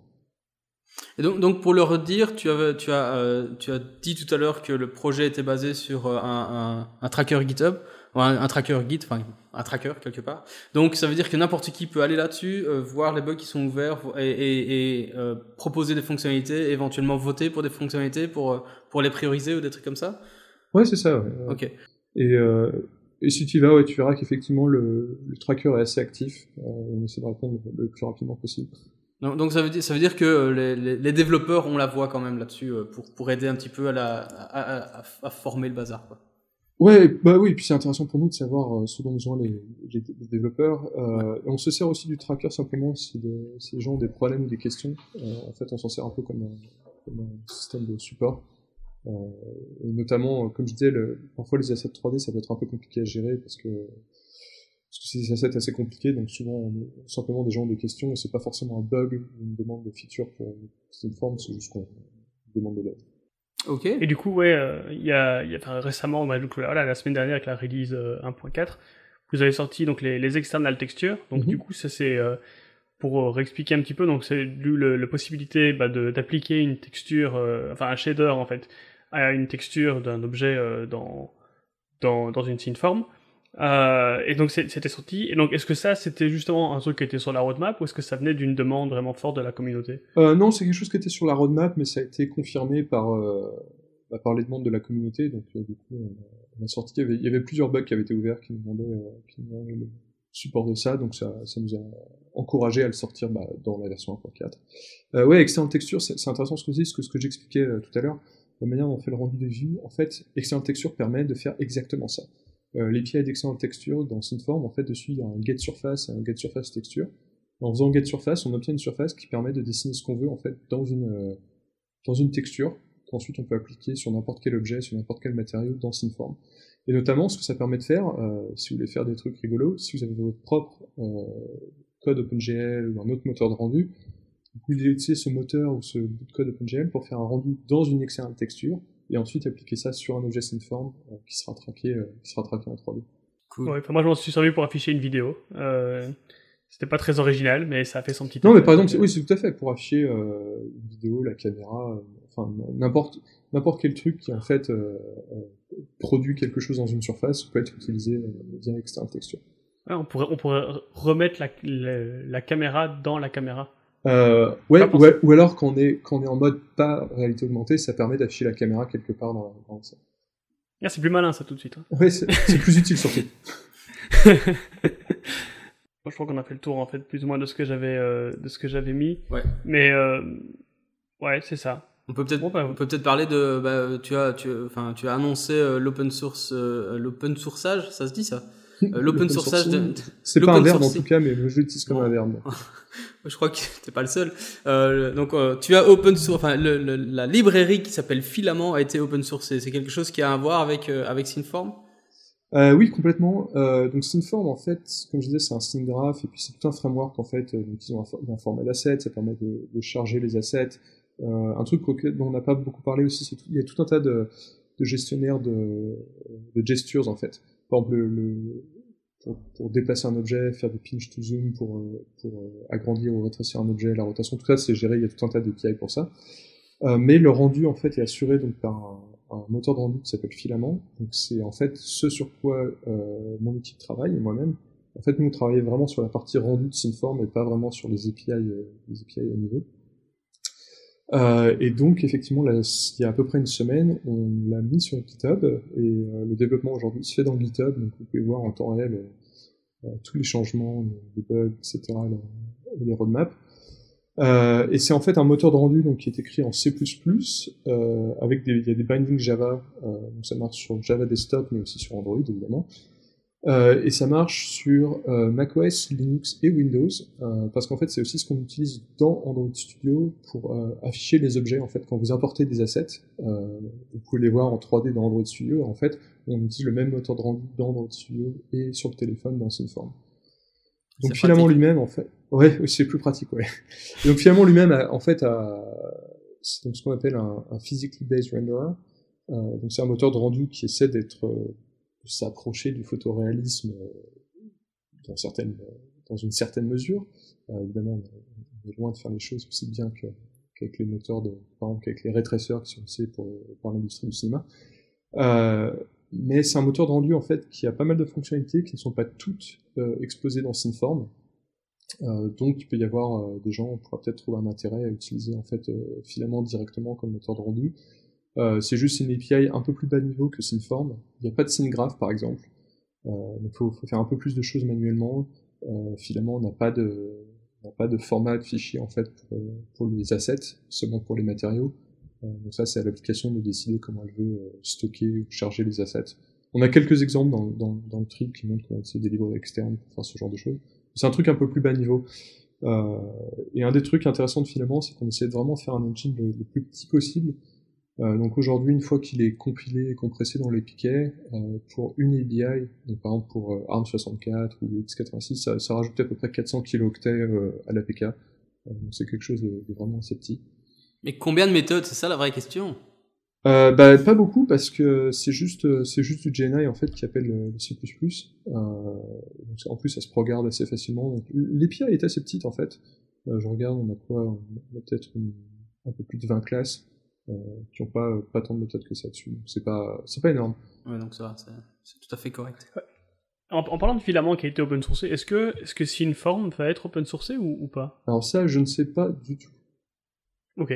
[SPEAKER 2] Et donc, donc pour le redire, tu as, tu as, euh, tu as dit tout à l'heure que le projet était basé sur un, un, un tracker GitHub, un, un tracker Git, enfin un tracker quelque part. Donc ça veut dire que n'importe qui peut aller là-dessus, euh, voir les bugs qui sont ouverts et, et, et euh, proposer des fonctionnalités, éventuellement voter pour des fonctionnalités pour pour les prioriser ou des trucs comme ça.
[SPEAKER 3] Ouais, c'est ça. Ouais.
[SPEAKER 2] Ok.
[SPEAKER 3] Et euh, et si tu y vas, ouais, tu verras qu'effectivement le, le tracker est assez actif. Euh, on essaie de répondre le, le plus rapidement possible.
[SPEAKER 2] Donc, donc ça veut dire ça veut dire que les, les, les développeurs ont la voix quand même là-dessus pour pour aider un petit peu à la à, à, à former le bazar, quoi.
[SPEAKER 3] Ouais, bah oui, puis c'est intéressant pour nous de savoir euh, ce dont ont besoin les, les, les développeurs. Euh,
[SPEAKER 2] Ouais.
[SPEAKER 3] et on se sert aussi du tracker simplement si, des, si les gens ont des problèmes ou des questions. Euh, en fait, on s'en sert un peu comme un, comme un système de support. Euh, et notamment, comme je disais, le, parfois les assets trois D, ça peut être un peu compliqué à gérer parce que parce que c'est des assets assez compliqués, donc souvent on est simplement des gens ont des questions et c'est pas forcément un bug ou une demande de feature pour une forme, c'est juste qu'on demande de l'aide.
[SPEAKER 2] Ok.
[SPEAKER 1] Et du coup, ouais, il euh, y a, y a enfin, récemment, bah, donc, voilà, la semaine dernière avec la release euh, un point quatre, vous avez sorti donc les, les external textures. Donc mm-hmm. du coup, ça c'est euh, pour euh, réexpliquer un petit peu. Donc c'est le, la possibilité bah, de d'appliquer une texture, euh, enfin un shader en fait, à une texture d'un objet euh, dans dans dans une SynForm. Euh, et donc c'était sorti. Et donc est-ce que ça c'était justement un truc qui était sur la roadmap ou est-ce que ça venait d'une demande vraiment forte de la communauté?
[SPEAKER 3] euh, Non, c'est quelque chose qui était sur la roadmap, mais ça a été confirmé par euh, bah, par les demandes de la communauté. Donc euh, du coup on a, on a sorti. Il y, avait, il y avait plusieurs bugs qui avaient été ouverts qui nous demandaient, euh, qui nous demandaient le support de ça. Donc ça, ça nous a encouragé à le sortir bah, dans la version un point quatre. Euh, ouais, External Texture, c'est, c'est intéressant ce que vous dites, ce que ce que j'expliquais euh, tout à l'heure. La manière dont on fait le rendu des vues, en fait, External Texture permet de faire exactement ça. Euh, l'A P I d'External Texture dans SynForm, en fait, dessus, il y a un getSurface et un getSurfaceTexture. En faisant getSurface, on obtient une surface qui permet de dessiner ce qu'on veut, en fait, dans une, euh, dans une texture, qu'ensuite on peut appliquer sur n'importe quel objet, sur n'importe quel matériau dans SynForm. Et notamment, ce que ça permet de faire, euh, si vous voulez faire des trucs rigolos, si vous avez votre propre euh, code OpenGL ou un autre moteur de rendu, vous pouvez utiliser ce moteur ou ce bout de code OpenGL pour faire un rendu dans une external texture, et ensuite appliquer ça sur un objet SynForm euh, qui sera traqué, euh, qui sera traqué en trois D.
[SPEAKER 1] Cool. Ouais, moi je m'en suis servi pour afficher une vidéo. Euh, c'était pas très original, mais ça a fait son petit.
[SPEAKER 3] Non, mais par exemple, c'est, oui, c'est tout à fait pour afficher euh, une vidéo, la caméra, euh, enfin n'importe n'importe quel truc qui en fait euh, euh, produit quelque chose dans une surface peut être utilisé euh, via external texture.
[SPEAKER 1] Ouais, on pourrait on pourrait remettre la, la, la caméra dans la caméra.
[SPEAKER 3] Euh, ouais, ou, ou alors quand on est quand on est en mode pas réalité augmentée, ça permet d'afficher la caméra quelque part dans la, dans la salle.
[SPEAKER 1] Ah, c'est plus malin ça tout de suite. Hein.
[SPEAKER 3] Ouais, c'est, c'est plus utile surtout.
[SPEAKER 1] Moi, je crois qu'on a fait le tour en fait plus ou moins de ce que j'avais euh, de ce que j'avais mis.
[SPEAKER 2] Ouais.
[SPEAKER 1] Mais euh, ouais, c'est ça.
[SPEAKER 2] On peut peut-être
[SPEAKER 1] bon, bah,
[SPEAKER 2] on peut peut-être parler de bah, tu as tu enfin tu as annoncé euh, l'open source euh, l'open sourçage, ça se dit ça. Euh, l'open sourçage de,
[SPEAKER 3] c'est pas un verbe en tout cas, mais je l'utilise comme un verbe.
[SPEAKER 2] Je crois que t'es pas le seul. Euh, donc euh, tu as open source, enfin le, le, la librairie qui s'appelle Filament a été open sourcée. C'est quelque chose qui a à voir avec euh, avec SynForm.
[SPEAKER 3] Euh, oui, complètement. Euh, donc SynForm, en fait, comme je disais, c'est un SynGraph et puis c'est tout un framework en fait. Donc ils ont un, un format d'assets, ça permet de, de charger les assets. Euh, un truc dont on n'a pas beaucoup parlé aussi, c'est qu'il y a tout un tas de, de gestionnaires de, de gestures en fait. Par exemple, le, le Pour, pour déplacer un objet, faire des pinch to zoom, pour, pour agrandir ou rétrécir un objet, la rotation, tout ça c'est géré, il y a tout un tas d'A P I pour ça. Euh, mais le rendu en fait est assuré donc par un, un moteur de rendu qui s'appelle Filament. Donc c'est en fait ce sur quoi euh, mon équipe travaille et moi-même. En fait nous on travaillait vraiment sur la partie rendu de SynForm et pas vraiment sur les A P I, euh, les A P I au niveau. Euh, et donc effectivement là, il y a à peu près une semaine on l'a mis sur GitHub et euh, le développement aujourd'hui se fait dans GitHub, donc vous pouvez voir en temps réel euh, tous les changements, les bugs, et cetera, les, les roadmaps. Euh, et c'est en fait un moteur de rendu donc qui est écrit en C plus plus euh, avec des, il y a des bindings Java, euh, donc ça marche sur Java Desktop mais aussi sur Android évidemment. Euh, et ça marche sur euh, macOS, Linux et Windows, euh, parce qu'en fait c'est aussi ce qu'on utilise dans Android Studio pour euh, afficher les objets. En fait, quand vous importez des assets, euh, vous pouvez les voir en trois D dans Android Studio. En fait, on utilise le même moteur de rendu dans Android Studio et sur le téléphone dans SynForm. Donc c'est Filament pratique. Lui-même, en fait, ouais, c'est plus pratique, ouais. Et donc Filament lui-même, a, en fait, a, c'est donc ce qu'on appelle un, un physically based renderer. Euh, donc c'est un moteur de rendu qui essaie d'être, euh, de s'approcher du photoréalisme euh, dans certaines, dans une certaine mesure. Euh, évidemment, on est loin de faire les choses aussi bien que, qu'avec les moteurs de, par exemple, qu'avec les ray tracers qui sont utilisés pour, pour l'industrie du cinéma. Euh, mais c'est un moteur de rendu en fait qui a pas mal de fonctionnalités qui ne sont pas toutes euh, exposées dans Cineform. Euh, donc il peut y avoir euh, des gens, on pourra peut-être trouver un intérêt à utiliser en fait euh, Filament directement comme moteur de rendu. Euh, c'est juste une A P I un peu plus bas niveau que Cineform. Il n'y a pas de Cinegraph par exemple. Euh, donc il faut, faut faire un peu plus de choses manuellement. Euh, Filament n'a pas de n'a pas de format de fichier en fait pour, pour les assets, seulement pour les matériaux. Euh, donc ça c'est à l'application de décider comment elle veut euh, stocker ou charger les assets. On a quelques exemples dans, dans, dans le trip qui montrent comment c'est des librairies externes pour faire ce genre de choses. C'est un truc un peu plus bas niveau. Euh, et un des trucs intéressants de Filament, c'est qu'on essaie de vraiment faire un engine le, le plus petit possible. Euh, donc aujourd'hui, une fois qu'il est compilé et compressé dans l'A P K, euh, pour une A B I, donc par exemple pour euh, ARM soixante-quatre ou x quatre-vingt-six, ça, ça rajoute à peu près quatre cents kilooctets euh, à l'A P K. Euh, donc c'est quelque chose de, de vraiment assez petit.
[SPEAKER 2] Mais combien de méthodes? C'est ça la vraie question.
[SPEAKER 3] Euh, bah, pas beaucoup, parce que c'est juste, c'est juste du J N I, en fait, qui appelle le C plus plus. Euh, donc en plus, ça se regarde assez facilement. Donc, l'A P I est assez petite, en fait. Euh, je regarde, on a quoi? On a peut-être une, un peu plus de vingt classes, euh, qui ont pas, pas tant de méthodes que ça dessus. Donc, c'est pas, c'est pas énorme.
[SPEAKER 2] Ouais, donc ça va, c'est, c'est tout à fait correct.
[SPEAKER 1] Ouais. En, en parlant de Filament qui a été open sourcé, est-ce que, est-ce que Cineform va être open sourcé ou, ou pas?
[SPEAKER 3] Alors ça, je ne sais pas du tout.
[SPEAKER 1] Ok.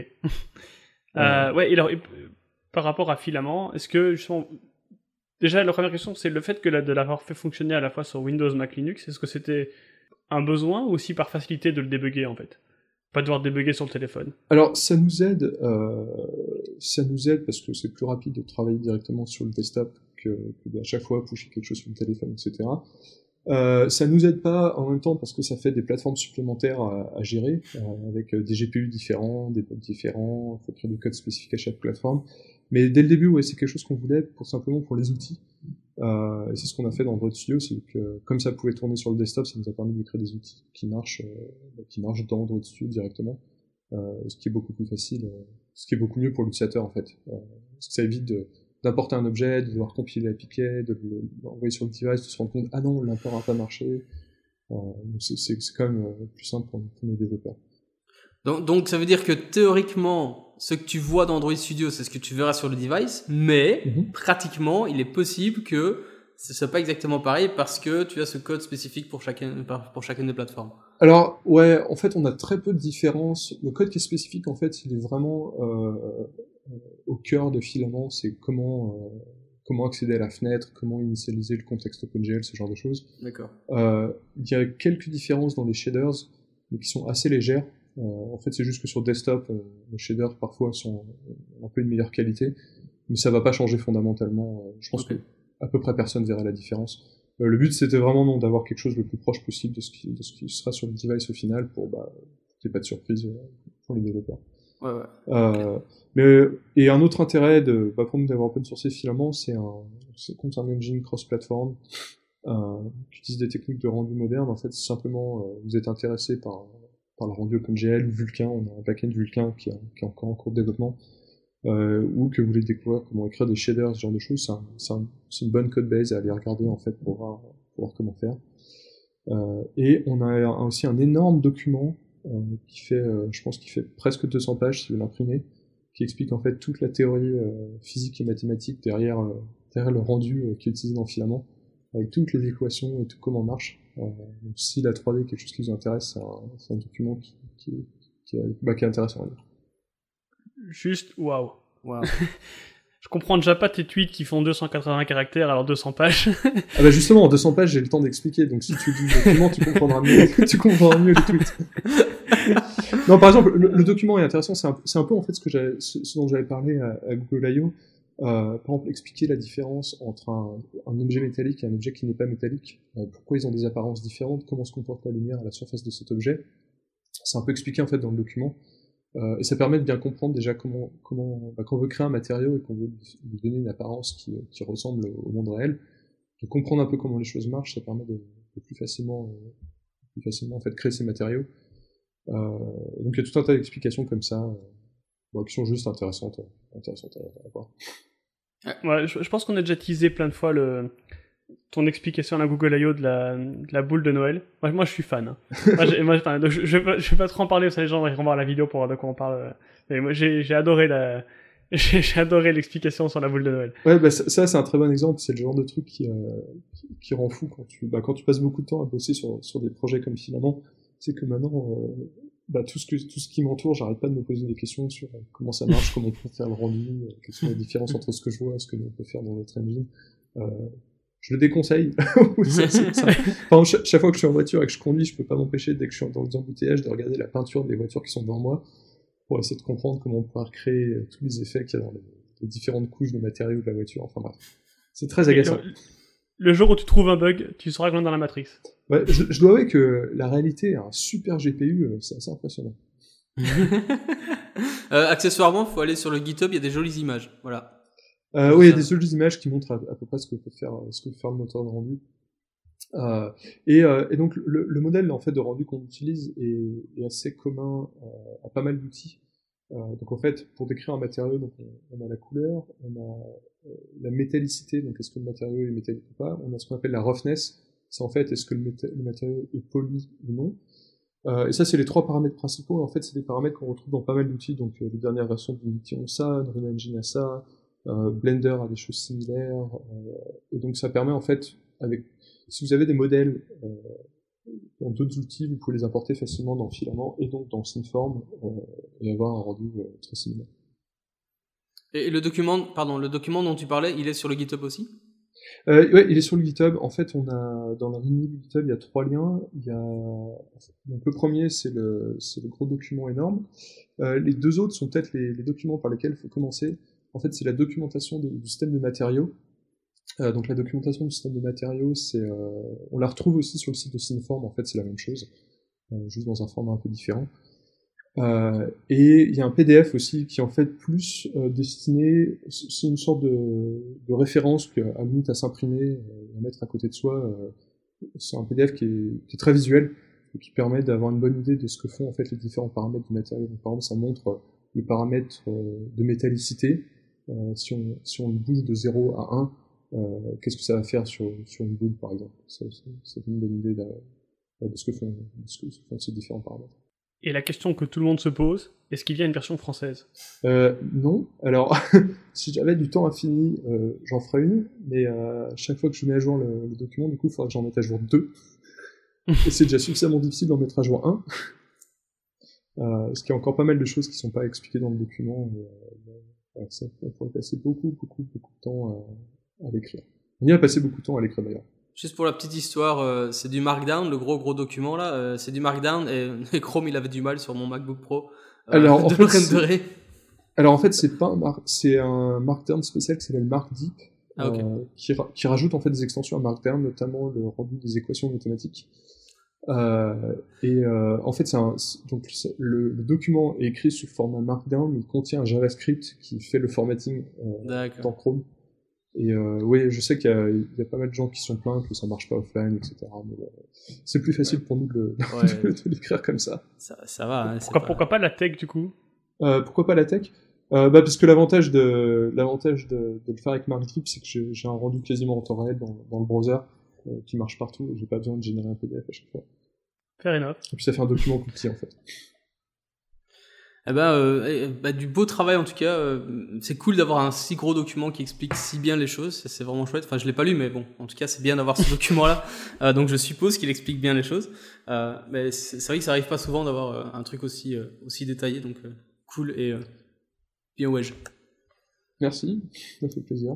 [SPEAKER 1] euh, ouais, et alors, et, par rapport à Filament, est-ce que, justement, déjà, la première question, c'est le fait que la, de l'avoir fait fonctionner à la fois sur Windows, Mac, Linux, est-ce que c'était un besoin ou aussi par facilité de le débugger, en fait? Pas devoir débugger sur le téléphone.
[SPEAKER 3] Alors, ça nous aide, euh, ça nous aide parce que c'est plus rapide de travailler directement sur le desktop que, que d'à chaque fois pusher quelque chose sur le téléphone, et cetera. Euh, ça nous aide pas en même temps parce que ça fait des plateformes supplémentaires à, à gérer, euh, avec des G P U différents, des pods différents, il faut créer du code spécifique à chaque plateforme. Mais dès le début, ouais, c'est quelque chose qu'on voulait pour simplement pour les outils. Euh, et c'est ce qu'on a fait dans Android Studio, c'est que comme ça pouvait tourner sur le desktop, ça nous a permis de créer des outils qui marchent, euh, qui marchent dans Android Studio directement, euh, ce qui est beaucoup plus facile, euh, ce qui est beaucoup mieux pour l'utilisateur en fait. Euh, parce que ça évite de, d'importer un objet, de devoir compiler l'A P K, de l'envoyer sur le device, de se rendre compte ah non l'import n'a pas marché. Euh, donc c'est, c'est, c'est quand même euh, plus simple pour, pour nos développeurs.
[SPEAKER 2] Donc, donc ça veut dire que théoriquement, ce que tu vois dans Android Studio, c'est ce que tu verras sur le device, mais mm-hmm. pratiquement, il est possible que ce soit pas exactement pareil parce que tu as ce code spécifique pour chacun, pour chacune des plateformes.
[SPEAKER 3] Alors, ouais, en fait, on a très peu de différences. Le code qui est spécifique, en fait, il est vraiment euh, au cœur de Filament, c'est comment euh, comment accéder à la fenêtre, comment initialiser le contexte OpenGL, ce genre de choses.
[SPEAKER 2] D'accord.
[SPEAKER 3] Euh, il y a quelques différences dans les shaders, mais qui sont assez légères. Euh, en fait, c'est juste que sur desktop, euh, les shaders parfois sont un peu de meilleure qualité, mais ça va pas changer fondamentalement. Euh, je pense okay. que à peu près personne verra la différence. Euh, le but, c'était vraiment non d'avoir quelque chose le plus proche possible de ce qui, de ce qui sera sur le device au final, pour bah, qu'il n'y ait pas de surprise euh, pour les développeurs.
[SPEAKER 2] Ouais, ouais.
[SPEAKER 3] Euh, okay. Mais et un autre intérêt de bah, pour nous d'avoir open sourcé Filament, c'est un c'est comme un engine cross-platform euh, qui utilise des techniques de rendu moderne. En fait, c'est simplement euh, vous êtes intéressé par par le rendu OpenGL ou Vulkan, on a un backend Vulkan qui, a, qui est encore en cours de développement, euh, ou que vous voulez découvrir comment écrire des shaders, ce genre de choses, c'est, un, c'est, un, c'est une bonne code base à aller regarder en fait pour voir, pour voir comment faire. Euh, et on a un, aussi un énorme document euh, qui fait, euh, je pense qu'il fait presque deux cents pages si vous l'imprimez, qui explique en fait toute la théorie euh, physique et mathématique derrière, euh, derrière le rendu euh, qui est utilisé dans Filament, avec toutes les équations et tout comment marche. Euh, donc si la trois D est quelque chose qui vous intéresse, c'est un, c'est un document qui, qui, qui, est, bah, qui est intéressant à lire.
[SPEAKER 1] Juste, waouh. Wow. Je comprends déjà pas tes tweets qui font deux cent quatre-vingts caractères, alors deux cents pages.
[SPEAKER 3] Ah bah justement, en deux cents pages, j'ai le temps d'expliquer, donc si tu lis le document, tu comprendras mieux, tu comprendras mieux les tweets. Non, par exemple, le, le document est intéressant, c'est un, c'est un peu en fait ce, que j'avais, ce, ce dont j'avais parlé à, à Google I O. Euh, par exemple, expliquer la différence entre un, un objet métallique et un objet qui n'est pas métallique, euh, pourquoi ils ont des apparences différentes, comment se comporte la lumière à la surface de cet objet. C'est un peu expliqué en fait dans le document. Euh, et ça permet de bien comprendre déjà comment, comment bah, quand on veut créer un matériau et qu'on veut lui donner une apparence qui, qui ressemble au monde réel, de comprendre un peu comment les choses marchent, ça permet de, de plus facilement, euh, plus facilement en fait créer ces matériaux. Euh, donc il y a tout un tas d'explications comme ça, euh, bon, qui sont juste intéressantes, intéressantes à, à voir.
[SPEAKER 1] Ouais, je, je pense qu'on a déjà teasé plein de fois le ton explication à la Google I O de la, de la boule de Noël. Moi, moi je suis fan. Hein. moi, j'ai, moi, enfin, donc, je, je, vais pas, je vais pas trop en parler, parce que les gens vont voir la vidéo pour voir de quoi on parle. Mais moi, j'ai, j'ai adoré la, j'ai, j'ai adoré l'explication sur la boule de Noël.
[SPEAKER 3] Ouais, bah ça, ça, c'est un très bon exemple. C'est le genre de truc qui, euh, qui, qui rend fou quand tu, bah, quand tu passes beaucoup de temps à bosser sur, sur des projets comme Filament. C'est que maintenant, euh, bah, tout ce que, tout ce qui m'entoure, j'arrête pas de me poser des questions sur comment ça marche, comment on peut faire le rendu, euh, quelles sont les différences entre ce que je vois et ce que l'on peut faire dans notre engine. Euh, je le déconseille. ça, ça, ça. Enfin, chaque, chaque fois que je suis en voiture et que je conduis, je peux pas m'empêcher, dès que je suis dans les embouteillages, de regarder la peinture des voitures qui sont devant moi pour essayer de comprendre comment on peut recréer tous les effets qu'il y a dans les, les différentes couches de matériaux de la voiture. Enfin bref, c'est très agaçant.
[SPEAKER 1] Le, le jour où tu trouves un bug, tu sauras que l'on est dans la Matrix.
[SPEAKER 3] Ouais, je, je dois avouer que la réalité, un super G P U, c'est assez impressionnant.
[SPEAKER 2] euh, accessoirement, il faut aller sur le GitHub, il y a des jolies images. Voilà.
[SPEAKER 3] Euh, oui, il y a des jolies images qui montrent à, à peu près ce que peut faire, ce que peut faire le moteur de rendu. Euh, et, euh, et donc le, le modèle en fait de rendu qu'on utilise est, est assez commun euh, à pas mal d'outils. Euh, donc en fait, pour décrire un matériau, donc on, on a la couleur, on a euh, la métallicité, donc est-ce que le matériau est métallique ou pas. On a ce qu'on appelle la roughness, c'est en fait est-ce que le, méta- le matériau est poli ou non. Euh, et ça, c'est les trois paramètres principaux. Et en fait, c'est des paramètres qu'on retrouve dans pas mal d'outils. Donc euh, les dernières versions d'Unity ont ça, Unreal Engine a ça. Euh, Blender a des choses similaires, euh, et donc ça permet en fait, avec, si vous avez des modèles euh, dans d'autres outils, vous pouvez les importer facilement dans Filament et donc dans Cineform euh, et avoir un rendu euh, très similaire.
[SPEAKER 2] Et le document, pardon, le document dont tu parlais, il est sur le GitHub aussi ?
[SPEAKER 3] euh, Ouais, il est sur le GitHub. En fait, on a dans la ligne du GitHub, il y a trois liens. Il y a donc le premier, c'est le c'est le gros document énorme. Euh, les deux autres sont peut-être les, les documents par lesquels il faut commencer. En fait, c'est la documentation de, du système de matériaux. Euh, donc la documentation du système de matériaux, c'est, euh, on la retrouve aussi sur le site de Cineform. En fait, c'est la même chose, euh, juste dans un format un peu différent. Euh, et il y a un P D F aussi qui est en fait plus euh, destiné, c'est une sorte de, de référence qu'à la limite à s'imprimer, euh, à mettre à côté de soi. Euh, c'est un P D F qui est, qui est très visuel et qui permet d'avoir une bonne idée de ce que font en fait les différents paramètres du matériau. Donc, par exemple, ça montre le paramètre euh, de métallicité. Euh, si, on, si on le bouge de zéro à un, euh, qu'est-ce que ça va faire sur, sur une boule, par exemple. Ça, ça, ça donne une bonne idée de, de, ce que font, de ce que font ces différents paramètres.
[SPEAKER 1] Et la question que tout le monde se pose, est-ce qu'il y a une version française ?
[SPEAKER 3] euh, Non. Alors, si j'avais du temps infini, euh, j'en ferais une, mais euh, chaque fois que je mets à jour le, le document, du coup, il faudra que j'en mette à jour deux. Et c'est déjà suffisamment difficile d'en mettre à jour un. Euh, parce qu'il y a encore pas mal de choses qui sont pas expliquées dans le document. Et, euh, ça, il faudrait passer beaucoup, beaucoup, beaucoup de temps à, à l'écrire. On y a passé beaucoup de temps à l'écrire d'ailleurs.
[SPEAKER 2] Juste pour la petite histoire, euh, c'est du Markdown, le gros gros document là, euh, c'est du Markdown et, et Chrome il avait du mal sur mon MacBook Pro euh,
[SPEAKER 3] alors,
[SPEAKER 2] de
[SPEAKER 3] en
[SPEAKER 2] le
[SPEAKER 3] fait,
[SPEAKER 2] renderer.
[SPEAKER 3] Alors en fait c'est pas un mar... c'est un Markdown spécial qui s'appelle MarkDeep,
[SPEAKER 2] ah, okay.
[SPEAKER 3] euh, qui, ra... qui rajoute en fait des extensions à Markdown, notamment le rendu des équations mathématiques. Euh, et euh, en fait c'est un... donc c'est... Le... le document est écrit sous format Markdown, mais il contient un JavaScript qui fait le formatting euh, dans Chrome. Et euh, oui, je sais qu'il y a, il y a pas mal de gens qui sont plaints que ça marche pas offline, et cetera. Mais euh, c'est plus facile ouais. pour nous de, le, ouais. de, de l'écrire comme ça.
[SPEAKER 2] Ça, ça va. Hein,
[SPEAKER 1] pourquoi,
[SPEAKER 2] pas...
[SPEAKER 1] pourquoi pas la tech du coup
[SPEAKER 3] euh, Pourquoi pas la tech euh, bah, parce que l'avantage de l'avantage de, de le faire avec MarkDeep, c'est que j'ai, j'ai un rendu quasiment en temps réel dans, dans le browser euh, qui marche partout. Et j'ai pas besoin de générer un P D F à chaque fois.
[SPEAKER 1] Fair enough.
[SPEAKER 3] Et puis ça fait un document plus petit en fait.
[SPEAKER 2] Eh ben, euh, bah, du beau travail en tout cas. Euh, c'est cool d'avoir un si gros document qui explique si bien les choses. C'est, c'est vraiment chouette. Enfin, je l'ai pas lu, mais bon, en tout cas, c'est bien d'avoir ce document-là. Euh, donc, je suppose qu'il explique bien les choses. Euh, mais c'est, c'est vrai que ça arrive pas souvent d'avoir euh, un truc aussi euh, aussi détaillé. Donc, euh, cool et euh, bien ouais.
[SPEAKER 3] Merci, ça fait plaisir.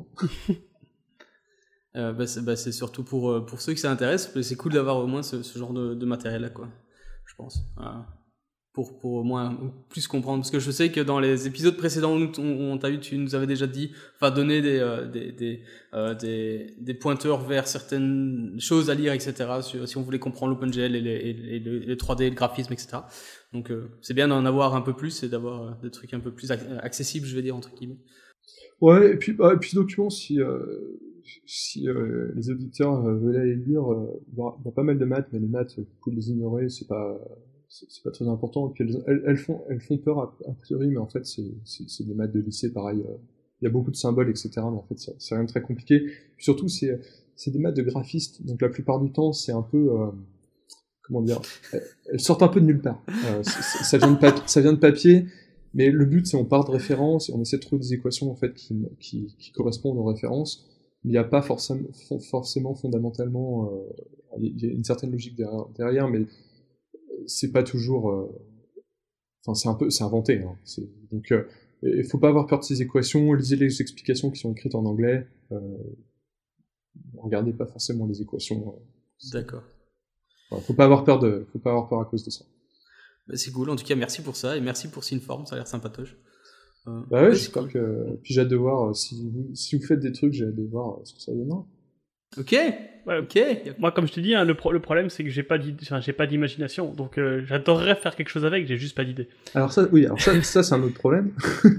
[SPEAKER 2] euh, bah, c'est, bah, c'est surtout pour pour ceux que ça intéresse. C'est cool d'avoir au moins ce, ce genre de, de matériel-là, quoi. Je pense. Euh, pour pour au moins plus comprendre, parce que je sais que dans les épisodes précédents où on, on t'a eu, tu nous avais déjà dit, enfin donner des euh, des des, euh, des des pointeurs vers certaines choses à lire, et cetera. Si, si on voulait comprendre l'OpenGL et les et les, les trois D, le graphisme, et cetera. Donc euh, c'est bien d'en avoir un peu plus et d'avoir euh, des trucs un peu plus accessibles, je vais dire entre guillemets.
[SPEAKER 3] Ouais, et puis bah, et puis ce document, si euh, si euh, les auditeurs euh, veulent aller lire, euh, il y a pas mal de maths, mais les maths, vous pouvez les ignorer, c'est pas C'est, c'est pas très important. Et puis elles, elles, elles, font, elles font peur a, a priori, mais en fait, c'est, c'est, c'est des maths de lycée, pareil. Euh, il y a beaucoup de symboles, et cetera. Mais en fait, c'est, c'est rien de très compliqué. Puis surtout, c'est, c'est des maths de graphistes, donc la plupart du temps, c'est un peu, euh, comment dire, elles sortent un peu de nulle part. Euh, c'est, c'est, ça vient de papier, ça vient de papier, mais le but, c'est on part de références et on essaie de trouver des équations en fait qui, qui, qui correspondent aux références. Mais il n'y a pas forcément, forcément fondamentalement, euh, il y a une certaine logique derrière, derrière mais c'est pas toujours, euh, enfin c'est un peu, c'est inventé. Hein. C'est, donc euh, il faut pas avoir peur de ces équations. Lisez les explications qui sont écrites en anglais. Euh, regardez pas forcément les équations. Euh,
[SPEAKER 2] D'accord.
[SPEAKER 3] Voilà, faut pas avoir peur de, faut pas avoir peur à cause de ça.
[SPEAKER 2] Bah, c'est cool. En tout cas, merci pour ça et merci pour Synform. Ça a l'air sympatoche.
[SPEAKER 3] Euh, bah ouais, ouais j'espère cool. que. Puis j'ai hâte de voir euh, si vous, si vous faites des trucs, j'ai hâte de voir euh, ce que ça donnera.
[SPEAKER 2] Ok, ouais, ok.
[SPEAKER 1] Moi, comme je te dis, hein, le, pro- le problème, c'est que j'ai pas, enfin, j'ai pas d'imagination. Donc, euh, j'adorerais faire quelque chose avec, j'ai juste pas d'idée.
[SPEAKER 3] Alors ça, oui, alors ça, ça c'est un autre problème.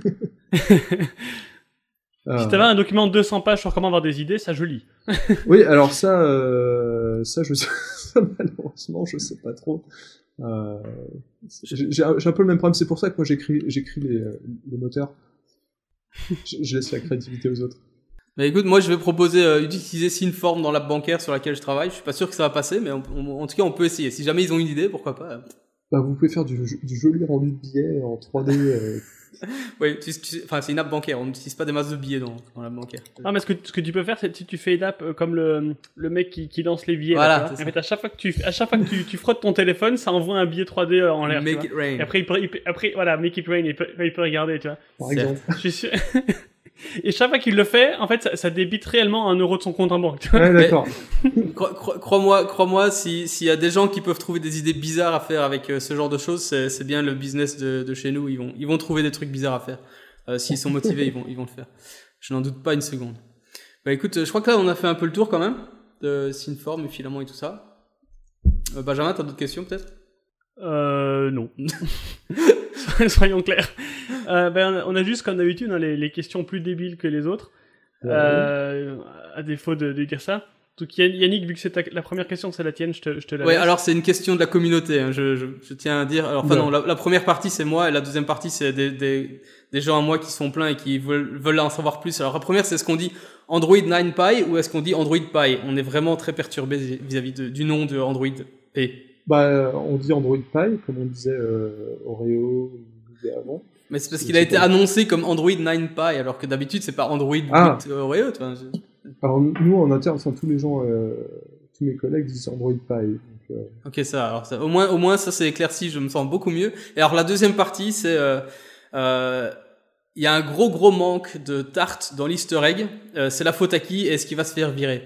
[SPEAKER 1] euh... Si t'avais un document de deux cents pages sur comment avoir des idées, ça je lis.
[SPEAKER 3] Oui, alors ça, euh, ça, je sais, ça, malheureusement, je sais pas trop. Euh, j'ai, j'ai un peu le même problème, c'est pour ça que moi j'écris, j'écris les, les moteurs. je, je laisse la créativité aux autres.
[SPEAKER 2] Bah écoute, moi je vais proposer euh, d'utiliser Synform dans l'app bancaire sur laquelle je travaille. Je suis pas sûr que ça va passer, mais on, on, en tout cas on peut essayer. Si jamais ils ont une idée, pourquoi pas.
[SPEAKER 3] Bah vous pouvez faire du, du joli rendu de billets en trois D. Euh...
[SPEAKER 2] oui, tu, tu, enfin c'est une app bancaire, on n'utilise pas des masses de billets dans, dans l'app bancaire.
[SPEAKER 1] Ah mais ce que, ce que tu peux faire, c'est si tu fais une app euh, comme le, le mec qui, qui lance les billets.
[SPEAKER 2] Voilà.
[SPEAKER 1] Là, en fait, à chaque fois que tu, à chaque fois que tu, tu frottes ton téléphone, ça envoie un billet trois D en l'air.
[SPEAKER 2] Make
[SPEAKER 1] tu
[SPEAKER 2] it
[SPEAKER 1] vois.
[SPEAKER 2] rain.
[SPEAKER 1] Et après, il peut, il peut, après, voilà, make it rain, il peut, il peut regarder, tu vois.
[SPEAKER 3] Par exemple.
[SPEAKER 1] Je suis sûr. Et chaque fois qu'il le fait, en fait, ça, ça débite réellement un euro de son compte en banque.
[SPEAKER 3] Ouais, d'accord.
[SPEAKER 2] Cro- cro- crois-moi, crois-moi, si, s'il y a des gens qui peuvent trouver des idées bizarres à faire avec euh, ce genre de choses, c'est, c'est bien le business de, de chez nous. Ils vont, ils vont trouver des trucs bizarres à faire. Euh, s'ils sont motivés, ils vont, ils vont le faire. Je n'en doute pas une seconde. Bah écoute, je crois que là, on a fait un peu le tour quand même de Synform et filaments et tout ça. Euh, Benjamin, t'as d'autres questions peut-être?
[SPEAKER 1] Euh, non. Soyons clairs. Euh, ben, on a juste, comme d'habitude, hein, les, les questions plus débiles que les autres. Ouais. Euh, à défaut de, de dire ça. Donc Yannick, vu que c'est ta, la première question, c'est la tienne, je te, je te la
[SPEAKER 2] Ouais,
[SPEAKER 1] laisse.
[SPEAKER 2] alors c'est une question de la communauté, hein, je, je, je tiens à dire. Alors, enfin ouais. non, la, la première partie c'est moi et la deuxième partie c'est des, des, des gens à moi qui sont pleins et qui veulent, veulent en savoir plus. Alors la première c'est est-ce qu'on dit Android neuf Pie ou est-ce qu'on dit Android Pie? On est vraiment très perturbé vis-à-vis de, du nom de Android P.
[SPEAKER 3] Bah, on dit Android Pie, comme on disait euh, Oreo avant.
[SPEAKER 2] Mais c'est parce c'est qu'il a été pas... annoncé comme Android neuf Pie, alors que d'habitude c'est pas Android
[SPEAKER 3] ah.
[SPEAKER 2] huit Oreo. Tu vois, je...
[SPEAKER 3] Alors nous en interne, enfin tous les gens, euh, tous mes collègues disent Android Pie. Donc, euh...
[SPEAKER 2] Ok, ça. Alors ça, au moins, au moins ça c'est éclairci. Je me sens beaucoup mieux. Et alors la deuxième partie, c'est euh, euh, il y a un gros gros manque de tarte dans l'Easter egg. Euh, c'est la faute à qui? Est-ce qu'il va se faire virer?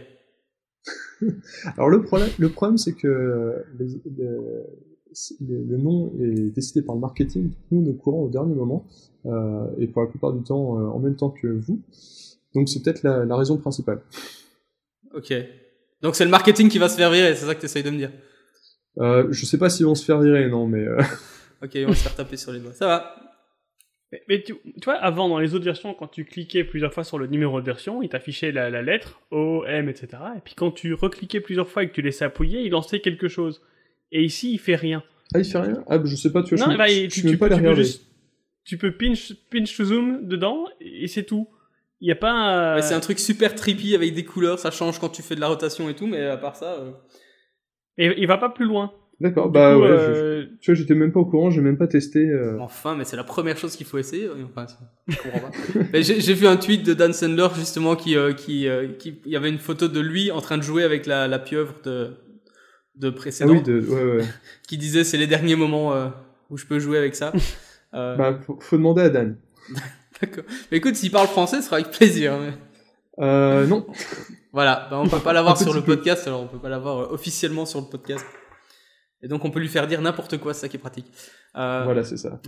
[SPEAKER 3] Alors le problème, le problème c'est que les, les, le, le nom est décidé par le marketing. Nous, nous courons au dernier moment euh, et pour la plupart du temps euh, en même temps que vous. Donc c'est peut-être la, la raison principale.
[SPEAKER 2] Ok. Donc c'est le marketing qui va se faire virer, c'est ça que tu essayes de me dire?
[SPEAKER 3] euh, Je sais pas s'ils vont se faire virer, non, mais... Euh...
[SPEAKER 2] Ok, ils vont se faire taper sur les doigts. Ça va.
[SPEAKER 1] Mais, mais tu, tu vois, avant, dans les autres versions, quand tu cliquais plusieurs fois sur le numéro de version, il t'affichait la, la lettre, O, M, et cetera. Et puis quand tu recliquais plusieurs fois et que tu laissais appuyer, il lançait quelque chose. Et ici, il fait rien.
[SPEAKER 3] Ah, il fait rien? Ah, je sais pas, tu vois,
[SPEAKER 1] non,
[SPEAKER 3] je,
[SPEAKER 1] bah,
[SPEAKER 3] je,
[SPEAKER 1] tu,
[SPEAKER 3] je
[SPEAKER 1] tu,
[SPEAKER 3] pas
[SPEAKER 1] tu,
[SPEAKER 3] les
[SPEAKER 1] peux juste, tu peux pinch, pinch to zoom dedans, et c'est tout. Il y a pas un...
[SPEAKER 2] ouais, c'est un truc super trippy avec des couleurs, ça change quand tu fais de la rotation et tout, mais à part ça... Euh...
[SPEAKER 1] Et il va pas plus loin.
[SPEAKER 3] D'accord, bah coup, ouais,
[SPEAKER 1] euh...
[SPEAKER 3] je, tu vois, j'étais même pas au courant, j'ai même pas testé. Euh...
[SPEAKER 2] Enfin, mais c'est la première chose qu'il faut essayer. Enfin, je comprends pas. mais j'ai, j'ai vu un tweet de Dan Sandler justement qui, euh, qui, euh, qui, il y avait une photo de lui en train de jouer avec la, la pieuvre de, de précédent.
[SPEAKER 3] Ah oui, de, ouais, ouais.
[SPEAKER 2] qui disait c'est les derniers moments euh, où je peux jouer avec ça.
[SPEAKER 3] Euh... Bah, faut, faut demander à Dan.
[SPEAKER 2] D'accord. Mais écoute, s'il parle français, ce sera avec plaisir. Mais...
[SPEAKER 3] Euh, non.
[SPEAKER 2] Voilà, bah, on peut pas l'avoir sur le podcast, peu. alors on peut pas l'avoir euh, officiellement sur le podcast. Et donc on peut lui faire dire n'importe quoi, c'est ça qui est pratique. Euh...
[SPEAKER 3] Voilà, c'est ça.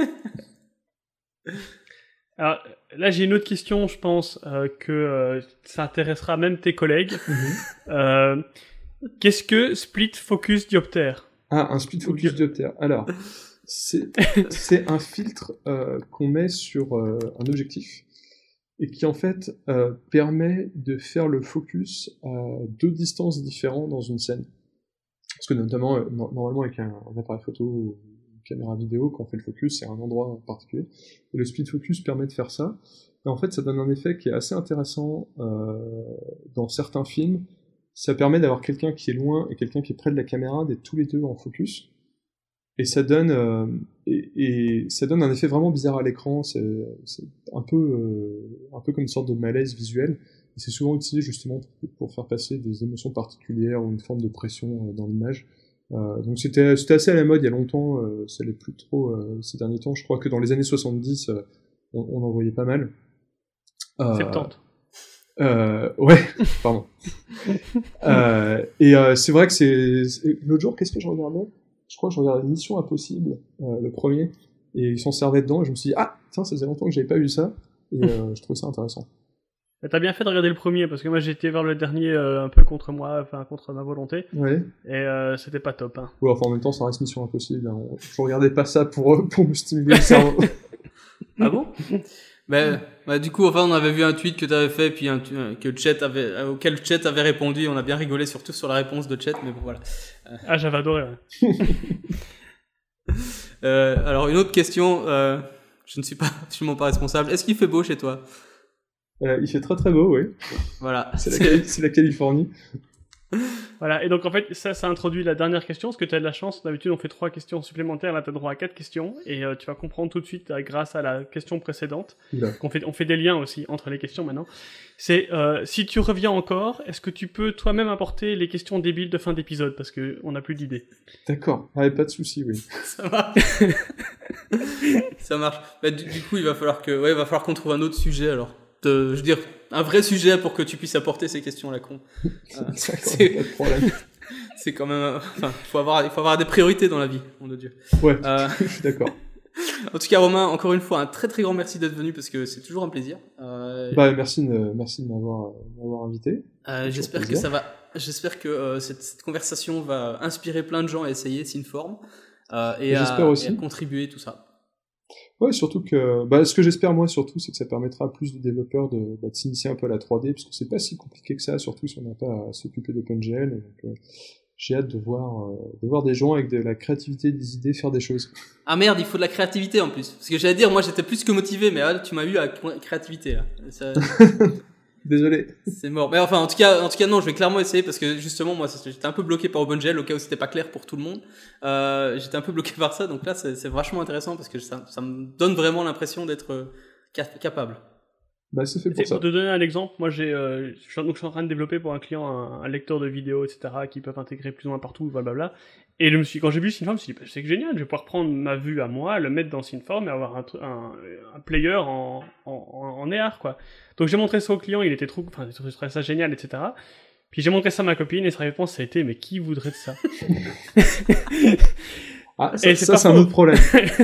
[SPEAKER 1] Alors là, j'ai une autre question, je pense, euh, que euh, ça intéressera même tes collègues. Mm-hmm. euh, qu'est-ce que Split Focus Diopter?
[SPEAKER 3] Ah, un Split Focus Diopter. Alors, c'est, c'est un filtre euh, qu'on met sur euh, un objectif et qui en fait euh, permet de faire le focus à deux distances différentes dans une scène. Parce que notamment, euh, normalement avec un, un appareil photo, caméra vidéo, quand on fait le focus, c'est un endroit particulier. Et le split focus permet de faire ça. Et en fait, ça donne un effet qui est assez intéressant euh, dans certains films. Ça permet d'avoir quelqu'un qui est loin et quelqu'un qui est près de la caméra, d'être tous les deux en focus. Et ça donne, euh, et, et ça donne un effet vraiment bizarre à l'écran. C'est, c'est un peu, euh, un peu comme une sorte de malaise visuel. Et c'est souvent utilisé justement pour, pour faire passer des émotions particulières ou une forme de pression euh, dans l'image. Euh, donc c'était, c'était assez à la mode il y a longtemps. Euh, ça l'est plus trop euh, ces derniers temps. Je crois que dans les années soixante-dix, euh, on, on en voyait pas mal.
[SPEAKER 1] Euh, soixante-dix.
[SPEAKER 3] Euh, ouais, pardon. euh, et euh, c'est vrai que c'est, c'est... L'autre jour, qu'est-ce que je regardais ? Je crois que je regardais Mission Impossible, euh, le premier, et ils s'en servaient dedans, et je me suis dit, ah, tiens, ça faisait longtemps que j'avais pas vu ça, et euh, je trouvais ça intéressant.
[SPEAKER 1] T'as bien fait de regarder le premier, parce que moi j'ai été voir le dernier euh, un peu contre moi, enfin contre ma volonté,
[SPEAKER 3] ouais.
[SPEAKER 1] et euh, c'était pas top. Hein.
[SPEAKER 3] Ouais, enfin en même temps, ça reste Mission Impossible, hein. Je regardais pas ça pour, pour me stimuler le cerveau.
[SPEAKER 2] Ah bon ? Ben, bah, du coup, enfin, on avait vu un tweet que t'avais fait, puis un, que Chet avait, auquel Chet avait répondu, et on a bien rigolé, surtout sur la réponse de Chet, mais bon, voilà.
[SPEAKER 1] Ah, j'avais adoré, ouais.
[SPEAKER 2] euh, alors, une autre question, euh, je ne suis pas, absolument pas responsable. Est-ce qu'il fait beau chez toi ?
[SPEAKER 3] euh, Il fait très très beau, oui.
[SPEAKER 2] Voilà.
[SPEAKER 3] C'est, c'est... La, c'est la Californie.
[SPEAKER 1] Voilà, et donc en fait, ça, ça introduit la dernière question, parce que tu as de la chance, d'habitude on fait trois questions supplémentaires, là tu as droit à quatre questions, et euh, tu vas comprendre tout de suite, euh, grâce à la question précédente,
[SPEAKER 3] Oula.
[SPEAKER 1] qu'on fait, on fait des liens aussi entre les questions maintenant, c'est, euh, si tu reviens encore, est-ce que tu peux toi-même apporter les questions débiles de fin d'épisode, parce qu'on n'a plus d'idées.
[SPEAKER 3] D'accord, ah, pas de souci, oui.
[SPEAKER 2] Ça marche. Ça marche. Bah, du, du coup, il va falloir que, ouais, il va falloir qu'on trouve un autre sujet alors. De, je veux dire, un vrai sujet pour que tu puisses apporter ces questions-là, con. Euh,
[SPEAKER 3] c'est... Pas de problème.
[SPEAKER 2] C'est quand même, enfin, il faut avoir, il faut avoir des priorités dans la vie, mon de Dieu.
[SPEAKER 3] Ouais,
[SPEAKER 2] euh...
[SPEAKER 3] je suis d'accord.
[SPEAKER 2] En tout cas, Romain, encore une fois, un très très grand merci d'être venu parce que c'est toujours un plaisir. Euh...
[SPEAKER 3] Bah, merci de, merci de m'avoir, m'avoir invité.
[SPEAKER 2] Euh, j'espère plaisir. que ça va, j'espère que euh, cette, cette conversation va inspirer plein de gens à essayer Synform euh, et, à, et à contribuer tout ça.
[SPEAKER 3] Ouais, surtout que, bah, ce que j'espère moi surtout, c'est que ça permettra à plus de développeurs de, bah, de s'initier un peu à la trois D, puisque c'est pas si compliqué que ça, surtout si on n'a pas à s'occuper d'OpenGL. Donc, euh, j'ai hâte de voir, euh, de voir des gens avec de la créativité, des idées, faire des choses.
[SPEAKER 2] Ah merde, il faut de la créativité en plus. Parce que j'allais dire, moi j'étais plus que motivé, mais là, tu m'as eu à la créativité là. Ça...
[SPEAKER 3] Désolé.
[SPEAKER 2] C'est mort. Mais enfin, en tout cas, en tout cas, non, je vais clairement essayer parce que justement, moi, j'étais un peu bloqué par OpenGL au cas où c'était pas clair pour tout le monde. Euh, j'étais un peu bloqué par ça, donc là, c'est, c'est vachement intéressant parce que ça, ça me donne vraiment l'impression d'être cap- capable.
[SPEAKER 3] Bah, c'est fait pour
[SPEAKER 1] et
[SPEAKER 3] ça.
[SPEAKER 1] Pour te donner un exemple, moi, j'ai, euh, je suis, donc, je suis en train de développer pour un client un, un lecteur de vidéos, et cetera, qui peuvent intégrer plus ou moins partout, blablabla. Et je me suis, quand j'ai vu Synform, je me suis dit, bah, c'est génial, je vais pouvoir prendre ma vue à moi, le mettre dans Synform et avoir un, un, un player en, en, en A R, quoi. Donc j'ai montré ça au client, il était trop, enfin, il trouvait ça génial, et cetera. Puis j'ai montré ça à ma copine et sa réponse ça a été, mais qui voudrait de ça?
[SPEAKER 3] Ah, ça, ça c'est un autre problème.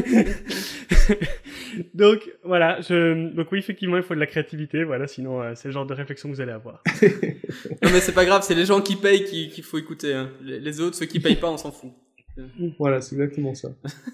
[SPEAKER 1] Donc voilà, je... donc oui effectivement il faut de la créativité, voilà, sinon euh, c'est le genre de réflexion que vous allez avoir.
[SPEAKER 2] Non mais c'est pas grave, c'est les gens qui payent qui, qu'il faut écouter. Hein. Les, les autres, ceux qui payent pas, on s'en fout.
[SPEAKER 3] Voilà, c'est exactement ça.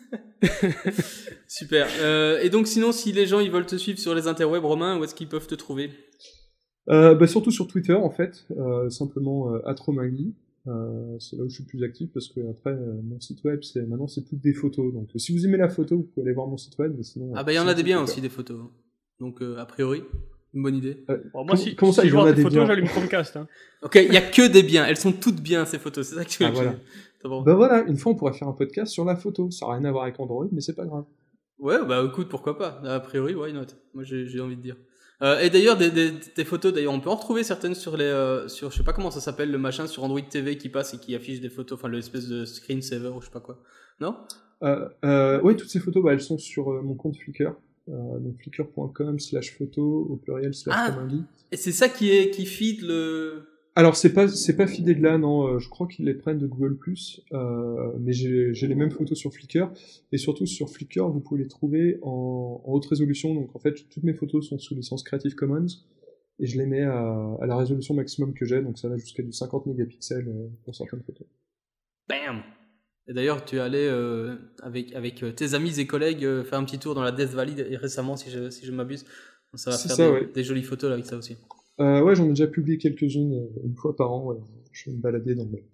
[SPEAKER 2] Super. Euh, et donc sinon, si les gens ils veulent te suivre sur les interwebs, Romain, où est-ce qu'ils peuvent te trouver?
[SPEAKER 3] euh, bah, surtout sur Twitter en fait, euh, simplement euh, @romangui. Euh, c'est là où je suis le plus actif parce que après euh, mon site web c'est maintenant c'est toutes des photos, donc euh, si vous aimez la photo vous pouvez aller voir mon site web, mais sinon
[SPEAKER 2] ah bah il y en a des biens aussi des photos, donc euh, a priori une bonne idée.
[SPEAKER 3] Euh,
[SPEAKER 1] bon, moi si,
[SPEAKER 3] comment ça
[SPEAKER 1] si
[SPEAKER 3] il
[SPEAKER 1] je
[SPEAKER 3] y en
[SPEAKER 1] vois
[SPEAKER 3] a
[SPEAKER 1] des
[SPEAKER 3] des
[SPEAKER 1] photos
[SPEAKER 3] biens.
[SPEAKER 1] j'allume Chromecast hein.
[SPEAKER 2] Ok, il y a que des biens, elles sont toutes bien ces photos, c'est ça que tu veux
[SPEAKER 3] ah, voilà.
[SPEAKER 2] bon.
[SPEAKER 3] Bah voilà, une fois on pourrait faire un podcast sur la photo, ça n'a rien à voir avec Android mais c'est pas grave.
[SPEAKER 2] Ouais bah écoute pourquoi pas, a priori why not, moi j'ai, j'ai envie de dire. Euh, et d'ailleurs des, des, des photos, d'ailleurs on peut en retrouver certaines sur les euh, sur je sais pas comment ça s'appelle le machin sur Android T V qui passe et qui affiche des photos, enfin l'espèce de screensaver ou je sais pas quoi, non?
[SPEAKER 3] Euh, euh, oui, toutes ces photos bah, elles sont sur euh, mon compte Flickr, euh, donc flickr.com slash photo au pluriel slash
[SPEAKER 2] ah,
[SPEAKER 3] Romangui.
[SPEAKER 2] Et c'est ça qui est qui feed le.
[SPEAKER 3] Alors c'est pas c'est pas fidé de là, non, euh, je crois qu'ils les prennent de Google plus, euh, mais j'ai j'ai les mêmes photos sur Flickr, et surtout sur Flickr vous pouvez les trouver en, en haute résolution, donc en fait toutes mes photos sont sous licence Creative Commons, et je les mets à, à la résolution maximum que j'ai, donc ça va jusqu'à du cinquante mégapixels euh, pour certaines photos.
[SPEAKER 2] Bam. Et d'ailleurs tu es allé euh, avec avec tes amis et collègues euh, faire un petit tour dans la Death Valley récemment si je si je m'abuse, donc ça va
[SPEAKER 3] c'est
[SPEAKER 2] faire
[SPEAKER 3] ça,
[SPEAKER 2] des,
[SPEAKER 3] ouais.
[SPEAKER 2] des jolies photos là, avec ça aussi.
[SPEAKER 3] Euh, ouais, j'en ai déjà publié quelques-unes euh, une fois par an. Ouais. Je vais me balader dans mes,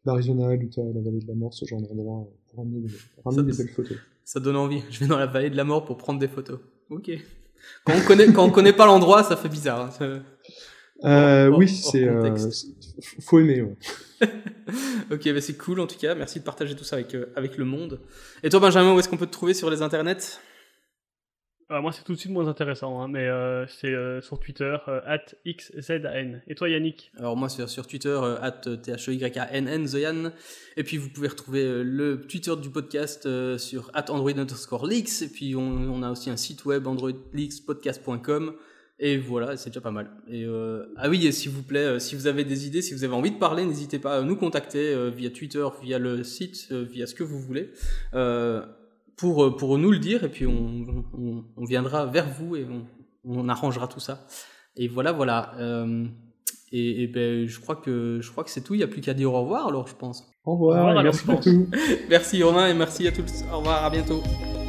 [SPEAKER 3] l'Arizona, l'Utah, la vallée de la mort, ce genre d'endroit, pour ramener, ramener des belles photos.
[SPEAKER 2] Ça donne envie. Je vais dans la vallée de la mort pour prendre des photos. Ok. Quand on connaît, quand on connaît pas l'endroit, ça fait bizarre. Hein. Ça...
[SPEAKER 3] Euh,
[SPEAKER 2] hors,
[SPEAKER 3] oui,
[SPEAKER 2] hors
[SPEAKER 3] c'est, euh, c'est, faut aimer. Ouais.
[SPEAKER 2] Ok, bah c'est cool en tout cas. Merci de partager tout ça avec euh, avec le monde. Et toi, Benjamin, où est-ce qu'on peut te trouver sur les internets?
[SPEAKER 1] Euh, moi, c'est tout de suite moins intéressant, hein, mais euh, c'est euh, sur Twitter, euh, at X Z A N. Et toi, Yannick?
[SPEAKER 2] Alors moi, c'est sur Twitter, euh, at T H E Y A N N, The Yann. Et puis, vous pouvez retrouver euh, le Twitter du podcast euh, sur at Android underscore leaks. Et puis, on, on a aussi un site web, android leaks podcast point com. Et voilà, c'est déjà pas mal. Et euh, ah oui, et s'il vous plaît, euh, si vous avez des idées, si vous avez envie de parler, n'hésitez pas à nous contacter euh, via Twitter, via le site, euh, via ce que vous voulez. Euh, Pour, pour nous le dire, et puis on, on, on viendra vers vous et on, on arrangera tout ça. Et voilà, voilà. Euh, et, et ben, je crois que, je crois que c'est tout. Il n'y a plus qu'à dire au revoir, alors, je pense.
[SPEAKER 3] Au revoir,
[SPEAKER 1] Au revoir,
[SPEAKER 3] merci
[SPEAKER 1] alors,
[SPEAKER 3] pour tout.
[SPEAKER 2] Merci Romain et merci à tous. Au revoir, à bientôt.